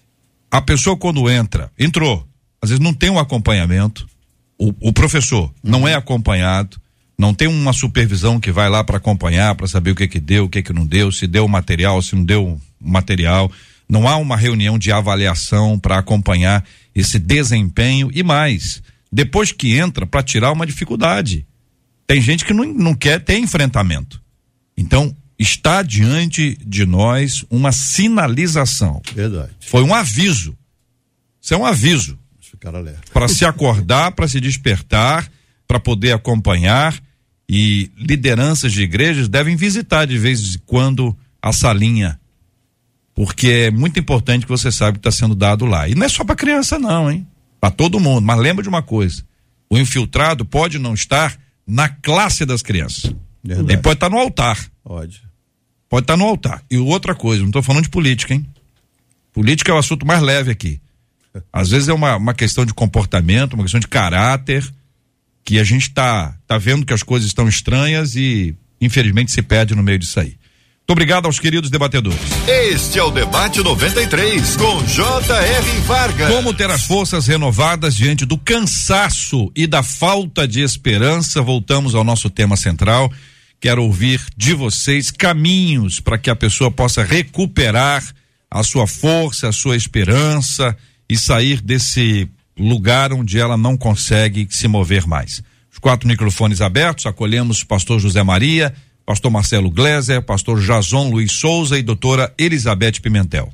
A pessoa quando entra, entrou, às vezes não tem um acompanhamento, o, o professor uhum. não é acompanhado, não tem uma supervisão que vai lá para acompanhar, para saber o que que deu, o que que não deu, se deu material, se não deu material, não há uma reunião de avaliação para acompanhar esse desempenho e mais, depois que entra para tirar uma dificuldade, tem gente que não, não quer ter enfrentamento. Então, está diante de nós uma sinalização. Verdade. Foi um aviso. Isso é um aviso. Ficar alerta. Para se acordar, para se despertar, para poder acompanhar, e lideranças de igrejas devem visitar de vez em quando a salinha, porque é muito importante que você saiba o que está sendo dado lá. E não é só para criança não, hein? Para todo mundo. Mas lembra de uma coisa: o infiltrado pode não estar na classe das crianças. Verdade. Ele pode estar no altar. Pode. Pode estar no altar. E outra coisa, não estou falando de política, hein? Política é o assunto mais leve aqui. Às vezes é uma, uma questão de comportamento, uma questão de caráter, que a gente tá, tá vendo que as coisas estão estranhas e infelizmente se perde no meio disso aí. Muito obrigado aos queridos debatedores. Este é o Debate noventa e três com J R. Vargas. Como ter as forças renovadas diante do cansaço e da falta de esperança? Voltamos ao nosso tema central. Quero ouvir de vocês caminhos para que a pessoa possa recuperar a sua força, a sua esperança e sair desse lugar onde ela não consegue se mover mais. Os quatro microfones abertos, acolhemos o pastor José Maria, pastor Marcelo Gleiser, pastor Jason Luiz Souza e doutora Elizabeth Pimentel.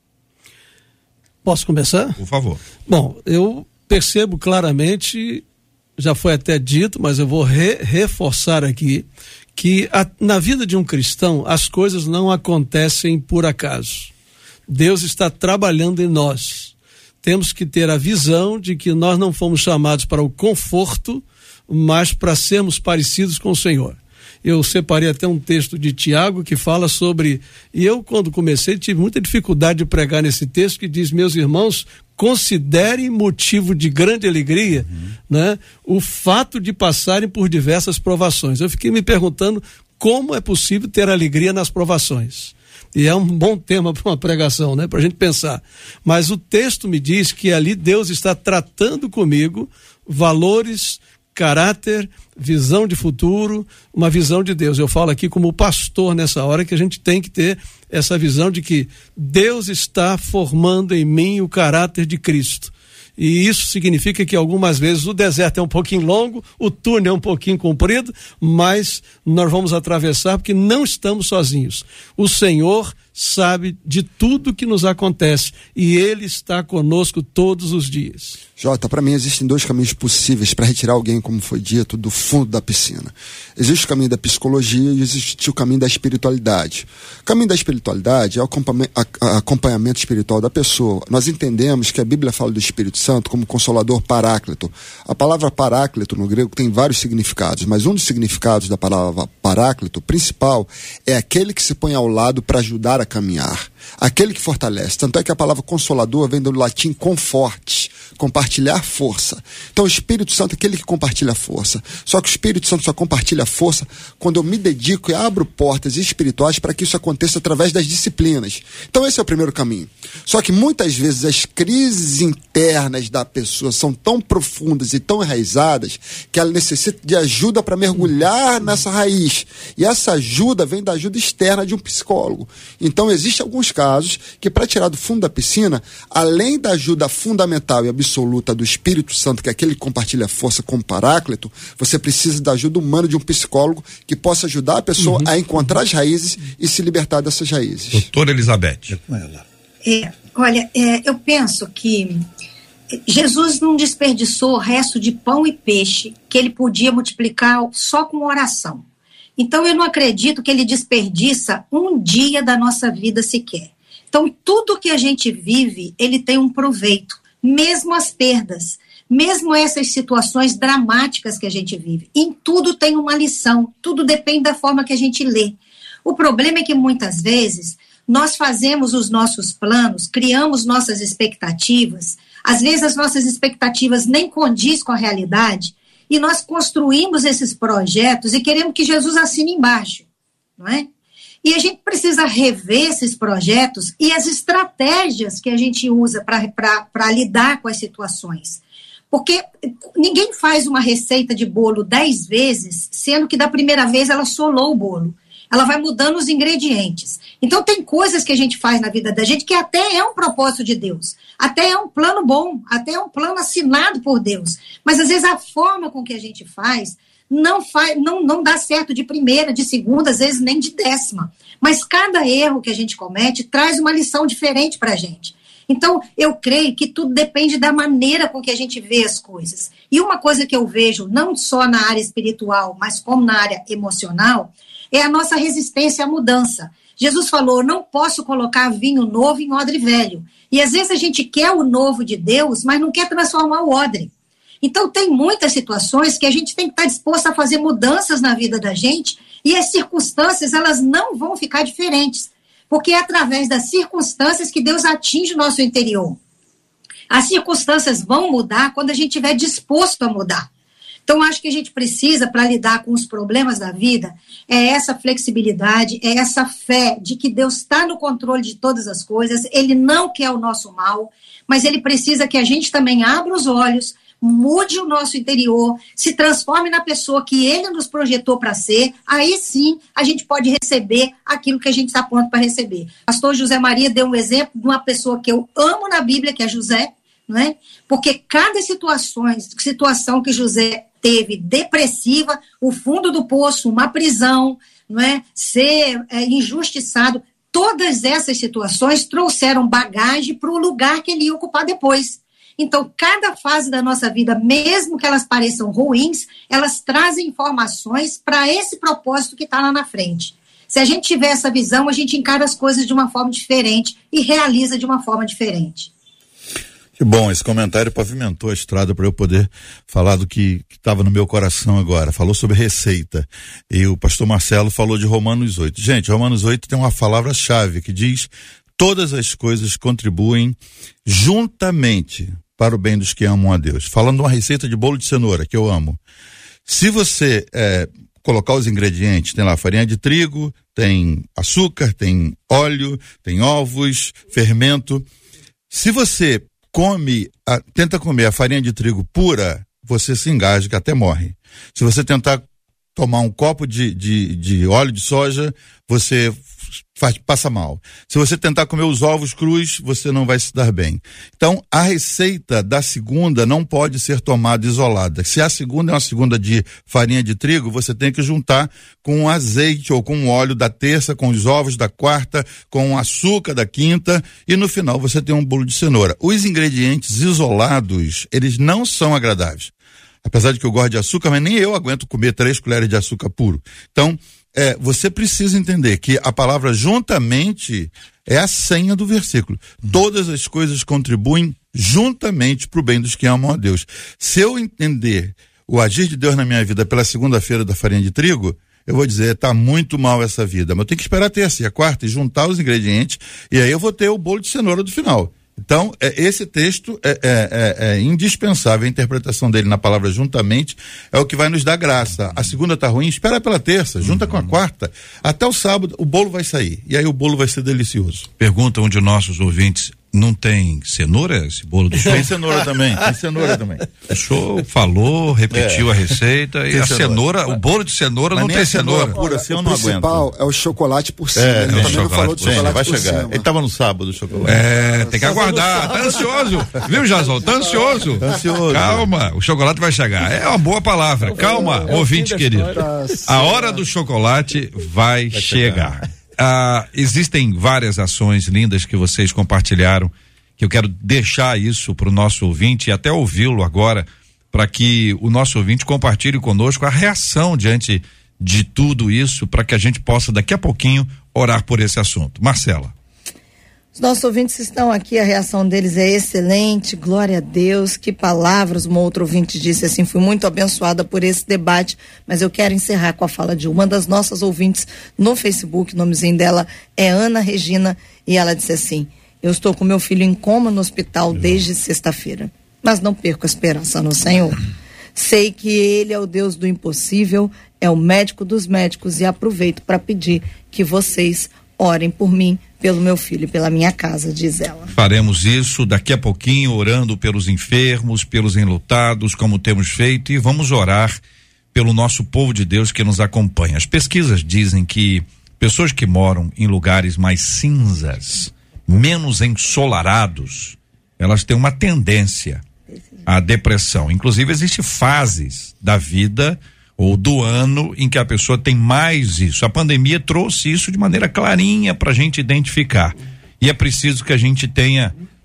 Posso começar? Por favor. Bom, eu percebo claramente, já foi até dito, mas eu vou re- reforçar aqui, que a, na vida de um cristão as coisas não acontecem por acaso. Deus está trabalhando em nós. Temos que ter a visão de que nós não fomos chamados para o conforto, mas para sermos parecidos com o Senhor. Eu separei até um texto de Tiago que fala sobre, e eu quando comecei tive muita dificuldade de pregar nesse texto, que diz: meus irmãos, considerem motivo de grande alegria, uhum. né, o fato de passarem por diversas provações. Eu fiquei me perguntando como é possível ter alegria nas provações. E é um bom tema para uma pregação, né? Para a gente pensar. Mas o texto me diz que ali Deus está tratando comigo valores, caráter, visão de futuro, uma visão de Deus. Eu falo aqui como pastor nessa hora que a gente tem que ter essa visão de que Deus está formando em mim o caráter de Cristo. E isso significa que algumas vezes o deserto é um pouquinho longo, o túnel é um pouquinho comprido, mas nós vamos atravessar porque não estamos sozinhos. O Senhor sabe de tudo que nos acontece e Ele está conosco todos os dias. Jota, para mim existem dois caminhos possíveis para retirar alguém, como foi dito, do fundo da piscina. Existe o caminho da psicologia e existe o caminho da espiritualidade. O caminho da espiritualidade é o acompanhamento espiritual da pessoa. Nós entendemos que a Bíblia fala do Espírito Santo como consolador paráclito. A palavra paráclito no grego tem vários significados, mas um dos significados da palavra paráclito principal é aquele que se põe ao lado para ajudar a caminhar, aquele que fortalece. Tanto é que a palavra consolador vem do latim conforte, compartilhar força. Então o Espírito Santo é aquele que compartilha força. Só que o Espírito Santo só compartilha força quando eu me dedico e abro portas espirituais para que isso aconteça através das disciplinas. Então esse é o primeiro caminho. Só que muitas vezes as crises internas da pessoa são tão profundas e tão enraizadas que ela necessita de ajuda para mergulhar nessa raiz. E essa ajuda vem da ajuda externa de um psicólogo. Então existem alguns casos que, para tirar do fundo da piscina, além da ajuda fundamental e absoluta do Espírito Santo, que é aquele que compartilha força como paráclito, você precisa da ajuda humana de um psicólogo que possa ajudar a pessoa uhum. a encontrar as raízes e se libertar dessas raízes. Doutora Elizabeth. Com ela. É, olha, é, eu penso que Jesus não desperdiçou o resto de pão e peixe que ele podia multiplicar só com oração. Então eu não acredito que ele desperdiça um dia da nossa vida sequer. Então tudo que a gente vive, ele tem um proveito, mesmo as perdas, mesmo essas situações dramáticas que a gente vive. Em tudo tem uma lição, tudo depende da forma que a gente lê. O problema é que muitas vezes nós fazemos os nossos planos, criamos nossas expectativas, às vezes as nossas expectativas nem condiz com a realidade, e nós construímos esses projetos e queremos que Jesus assine embaixo, não é? E a gente precisa rever esses projetos e as estratégias que a gente usa para lidar com as situações. Porque ninguém faz uma receita de bolo dez vezes, sendo que da primeira vez ela solou o bolo. Ela vai mudando os ingredientes. Então tem coisas que a gente faz na vida da gente que até é um propósito de Deus, até é um plano bom, até é um plano assinado por Deus. Mas às vezes a forma com que a gente faz não, faz, não, não dá certo de primeira, de segunda, às vezes nem de décima. Mas cada erro que a gente comete traz uma lição diferente para a gente. Então, eu creio que tudo depende da maneira com que a gente vê as coisas. E uma coisa que eu vejo, não só na área espiritual, mas como na área emocional, é a nossa resistência à mudança. Jesus falou, não posso colocar vinho novo em odre velho. E às vezes a gente quer o novo de Deus, mas não quer transformar o odre. Então tem muitas situações que a gente tem que estar disposto a fazer mudanças na vida da gente e as circunstâncias, elas não vão ficar diferentes. Porque é através das circunstâncias que Deus atinge o nosso interior. As circunstâncias vão mudar quando a gente estiver disposto a mudar. Então, acho que a gente precisa, para lidar com os problemas da vida, é essa flexibilidade, é essa fé de que Deus está no controle de todas as coisas, Ele não quer o nosso mal, mas Ele precisa que a gente também abra os olhos, mude o nosso interior, se transforme na pessoa que Ele nos projetou para ser, aí sim a gente pode receber aquilo que a gente está pronto para receber. Pastor José Maria deu um exemplo de uma pessoa que eu amo na Bíblia, que é José, não é? Porque cada situações, situação que José teve depressiva, o fundo do poço, uma prisão, não é? Ser é, injustiçado, todas essas situações trouxeram bagagem para o lugar que ele ia ocupar depois. Então, cada fase da nossa vida, mesmo que elas pareçam ruins, elas trazem informações para esse propósito que está lá na frente. Se a gente tiver essa visão, a gente encara as coisas de uma forma diferente e realiza de uma forma diferente. Que bom, esse comentário pavimentou a estrada para eu poder falar do que estava no meu coração agora. Falou sobre receita. E o pastor Marcelo falou de Romanos oito. Gente, Romanos oito tem uma palavra-chave que diz: todas as coisas contribuem juntamente para o bem dos que amam a Deus. Falando de uma receita de bolo de cenoura, que eu amo. Se você é, colocar os ingredientes, tem lá farinha de trigo, tem açúcar, tem óleo, tem ovos, fermento. Se você come, a, tenta comer a farinha de trigo pura, você se engasga, até morre. Se você tentar tomar um copo de, de, de óleo de soja, você faz, passa mal. Se você tentar comer os ovos crus, você não vai se dar bem. Então, a receita da segunda não pode ser tomada isolada. Se a segunda é uma segunda de farinha de trigo, você tem que juntar com o azeite ou com o óleo da terça, com os ovos da quarta, com o açúcar da quinta, e no final você tem um bolo de cenoura. Os ingredientes isolados, eles não são agradáveis. Apesar de que eu gosto de açúcar, mas nem eu aguento comer três colheres de açúcar puro. Então, é, você precisa entender que a palavra juntamente é a senha do versículo. Todas as coisas contribuem juntamente para o bem dos que amam a Deus. Se eu entender o agir de Deus na minha vida pela segunda-feira da farinha de trigo, eu vou dizer, tá muito mal essa vida. Mas eu tenho que esperar a terça e a quarta e juntar os ingredientes, e aí eu vou ter o bolo de cenoura do final. Então, é, esse texto é, é, é, é indispensável, a interpretação dele na palavra juntamente é o que vai nos dar graça. A segunda tá ruim, espera pela terça, junta uhum. com a quarta, até o sábado o bolo vai sair, e aí o bolo vai ser delicioso. Pergunta um de nossos ouvintes, não tem cenoura esse bolo do senhor? Tem cenoura também, tem cenoura também. O senhor falou, repetiu é. a receita, e a cenoura, cenoura, o bolo de cenoura Mas não tem cenoura. cenoura. Pura, assim eu não aguento. O principal é o chocolate por cima. É, Ele é também não falou de chocolate vai por chegar. cima. Ele tava no sábado o chocolate. É, tem que aguardar, tá ansioso, viu, Jazol? Tá ansioso. Tá ansioso. Calma, o chocolate vai chegar. É uma boa palavra, calma, é ouvinte querido. A hora do chocolate vai, vai chegar. chegar. Ah, existem várias ações lindas que vocês compartilharam, que eu quero deixar isso para o nosso ouvinte e até ouvi-lo agora, para que o nosso ouvinte compartilhe conosco a reação diante de tudo isso, para que a gente possa daqui a pouquinho orar por esse assunto. Marcela. Os nossos ouvintes estão aqui, a reação deles é excelente, glória a Deus, que palavras. Uma outra ouvinte disse assim, fui muito abençoada por esse debate, mas eu quero encerrar com a fala de uma das nossas ouvintes no Facebook, o nomezinho dela é Ana Regina, e ela disse assim: eu estou com meu filho em coma no hospital desde sexta-feira, mas não perco a esperança no Senhor. Sei que Ele é o Deus do impossível, é o médico dos médicos, e aproveito para pedir que vocês orem por mim, pelo meu filho e pela minha casa, diz ela. Faremos isso daqui a pouquinho, orando pelos enfermos, pelos enlutados, como temos feito, e vamos orar pelo nosso povo de Deus que nos acompanha. As pesquisas dizem que pessoas que moram em lugares mais cinzas, menos ensolarados, elas têm uma tendência à depressão. Inclusive, existem fases da vida ou do ano em que a pessoa tem mais isso. A pandemia trouxe isso de maneira clarinha para a gente identificar. E é preciso que a gente tenha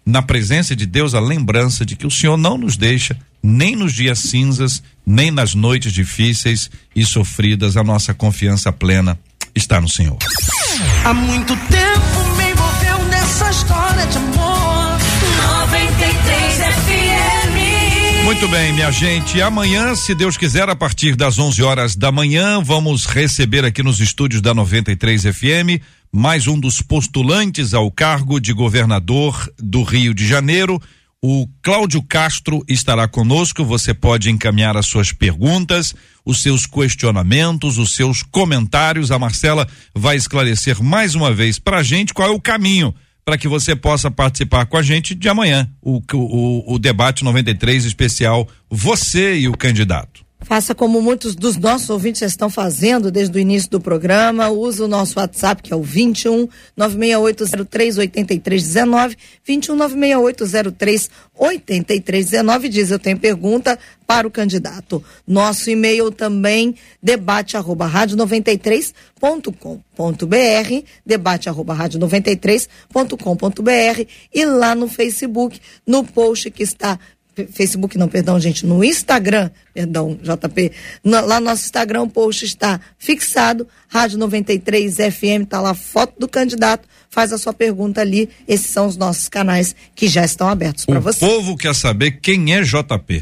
na presença de Deus, a lembrança de que o Senhor não nos deixa nem nos dias cinzas, nem nas noites difíceis e sofridas. A nossa confiança plena está no Senhor. Há muito tempo me envolveu nessa história de amor. noventa e três F M. Muito bem, minha gente. Amanhã, se Deus quiser, a partir das onze horas da manhã, vamos receber aqui nos estúdios da noventa e três F M mais um dos postulantes ao cargo de governador do Rio de Janeiro. O Cláudio Castro estará conosco. Você pode encaminhar as suas perguntas, os seus questionamentos, os seus comentários. A Marcela vai esclarecer mais uma vez pra gente qual é o caminho para que você possa participar com a gente de amanhã, o, o, o debate noventa e três especial Você e o Candidato. Faça como muitos dos nossos ouvintes já estão fazendo desde o início do programa. Use o nosso WhatsApp, que é o vinte e um, nove seis oito zero três, oito três um nove, vinte e um, nove seis oito zero três, oito três um nove. Diz: eu tenho pergunta para o candidato. Nosso e-mail também, debate arroba rádio noventa e três ponto com ponto br, debate arroba rádio noventa e três ponto com ponto br, e lá no Facebook, no post que está Facebook não, perdão, gente, no Instagram, perdão, J P, no, lá no nosso Instagram o post está fixado, Rádio noventa e três F M, tá lá a foto do candidato, faz a sua pergunta ali. Esses são os nossos canais que já estão abertos para você. O povo quer saber quem é J P.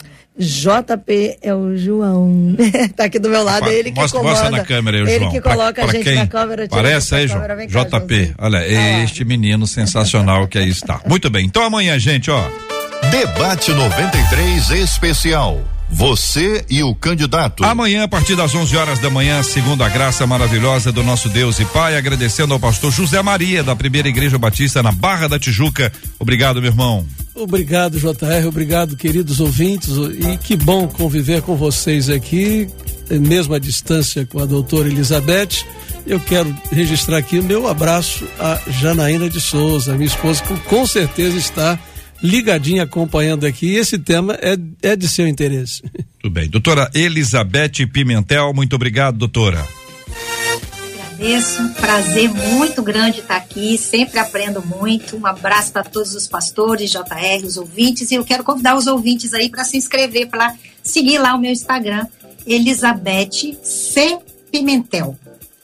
J P é o João. Tá aqui do meu lado, é ele que mostra, comanda. Mostra na câmera aí, o ele João. que coloca pra, a pra gente quem na câmera. Parece aí, João. Câmera, cá, J P. Joãozinho. Olha, é ah. este menino sensacional que aí está. Muito bem, então amanhã, gente, ó. Debate noventa e três especial. Você e o candidato. Amanhã, a partir das onze horas da manhã, segundo a graça maravilhosa do nosso Deus e Pai, agradecendo ao pastor José Maria, da Primeira Igreja Batista na Barra da Tijuca. Obrigado, meu irmão. Obrigado, J R, obrigado, queridos ouvintes, e que bom conviver com vocês aqui, mesmo à distância com a doutora Elizabeth. Eu quero registrar aqui o meu abraço a Janaína de Souza, minha esposa, que com certeza está ligadinha acompanhando aqui. Esse tema é, é de seu interesse. Tudo bem. Doutora Elizabeth Pimentel, muito obrigado, doutora. Agradeço, prazer muito grande estar aqui, sempre aprendo muito. Um abraço para todos os pastores, J R, os ouvintes, e eu quero convidar os ouvintes aí para se inscrever, para seguir lá o meu Instagram, Elizabeth C. Pimentel.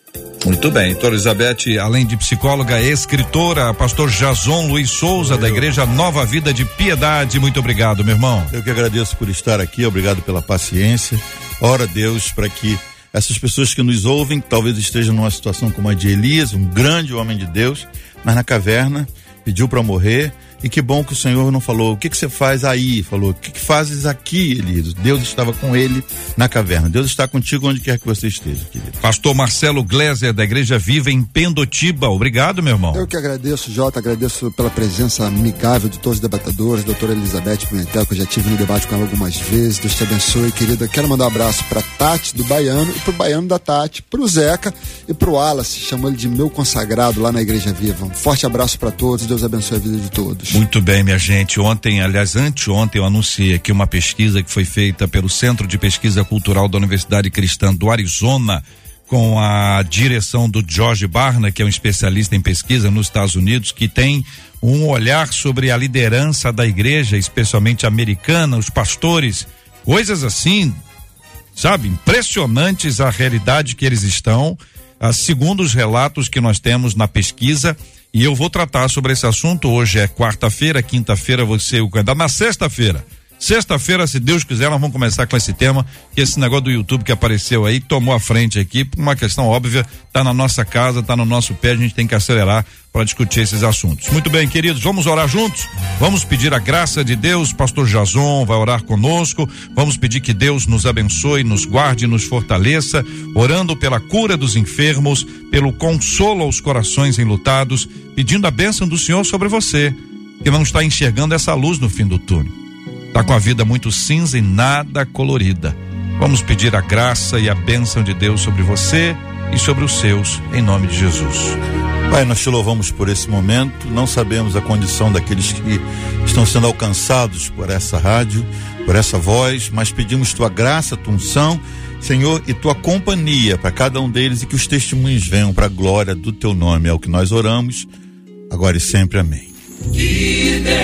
Muito bem, doutora Elizabeth, além de psicóloga, é escritora, pastor Jason Luiz Souza, eu. da Igreja Nova Vida de Piedade. Muito obrigado, meu irmão. Eu que agradeço por estar aqui, obrigado pela paciência. Ora, Deus, para que essas pessoas que nos ouvem, talvez estejam numa situação como a de Elias, um grande homem de Deus, mas na caverna, pediu para morrer. E que bom que o Senhor não falou, o que que você faz aí? Falou, o que que fazes aqui, Elias? Deus estava com ele na caverna. Deus está contigo onde quer que você esteja, querido. Pastor Marcelo Gleiser, da Igreja Viva em Pendotiba. Obrigado, meu irmão. Eu que agradeço, Jota, agradeço pela presença amigável de todos os debatedores, doutora Elizabeth Pimentel, que eu já tive no debate com ela algumas vezes. Deus te abençoe, querida. Quero mandar um abraço pra Tati do Baiano e pro Baiano da Tati, pro Zeca e pro Wallace, chamou ele de meu consagrado lá na Igreja Viva. Um forte abraço pra todos, Deus abençoe a vida de todos. Muito bem, minha gente. Ontem, aliás, anteontem, eu anunciei aqui uma pesquisa que foi feita pelo Centro de Pesquisa Cultural da Universidade Cristã do Arizona, com a direção do George Barna, que é um especialista em pesquisa nos Estados Unidos, que tem um olhar sobre a liderança da igreja, especialmente americana, os pastores, coisas assim, sabe, impressionantes a realidade que eles estão, ah, segundo os relatos que nós temos na pesquisa. E eu vou tratar sobre esse assunto. Hoje é quarta-feira, quinta-feira você o candidato. Na sexta-feira, sexta-feira, se Deus quiser, nós vamos começar com esse tema, que esse negócio do YouTube que apareceu aí, tomou a frente aqui, por uma questão óbvia, tá na nossa casa, tá no nosso pé, a gente tem que acelerar para discutir esses assuntos. Muito bem, queridos, vamos orar juntos? Vamos pedir a graça de Deus. Pastor Jason vai orar conosco. Vamos pedir que Deus nos abençoe, nos guarde, nos fortaleça, orando pela cura dos enfermos, pelo consolo aos corações enlutados, pedindo a bênção do Senhor sobre você, que não está enxergando essa luz no fim do túnel. Está com a vida muito cinza e nada colorida. Vamos pedir a graça e a bênção de Deus sobre você e sobre os seus, em nome de Jesus. Pai, nós te louvamos por esse momento. Não sabemos a condição daqueles que estão sendo alcançados por essa rádio, por essa voz, mas pedimos tua graça, tua unção, Senhor, e tua companhia para cada um deles, e que os testemunhos venham para a glória do teu nome. É o que nós oramos, agora e sempre. Amém. Que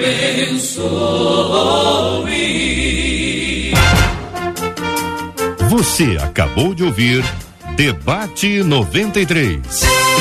abençoe. Você acabou de ouvir Debate noventa e três.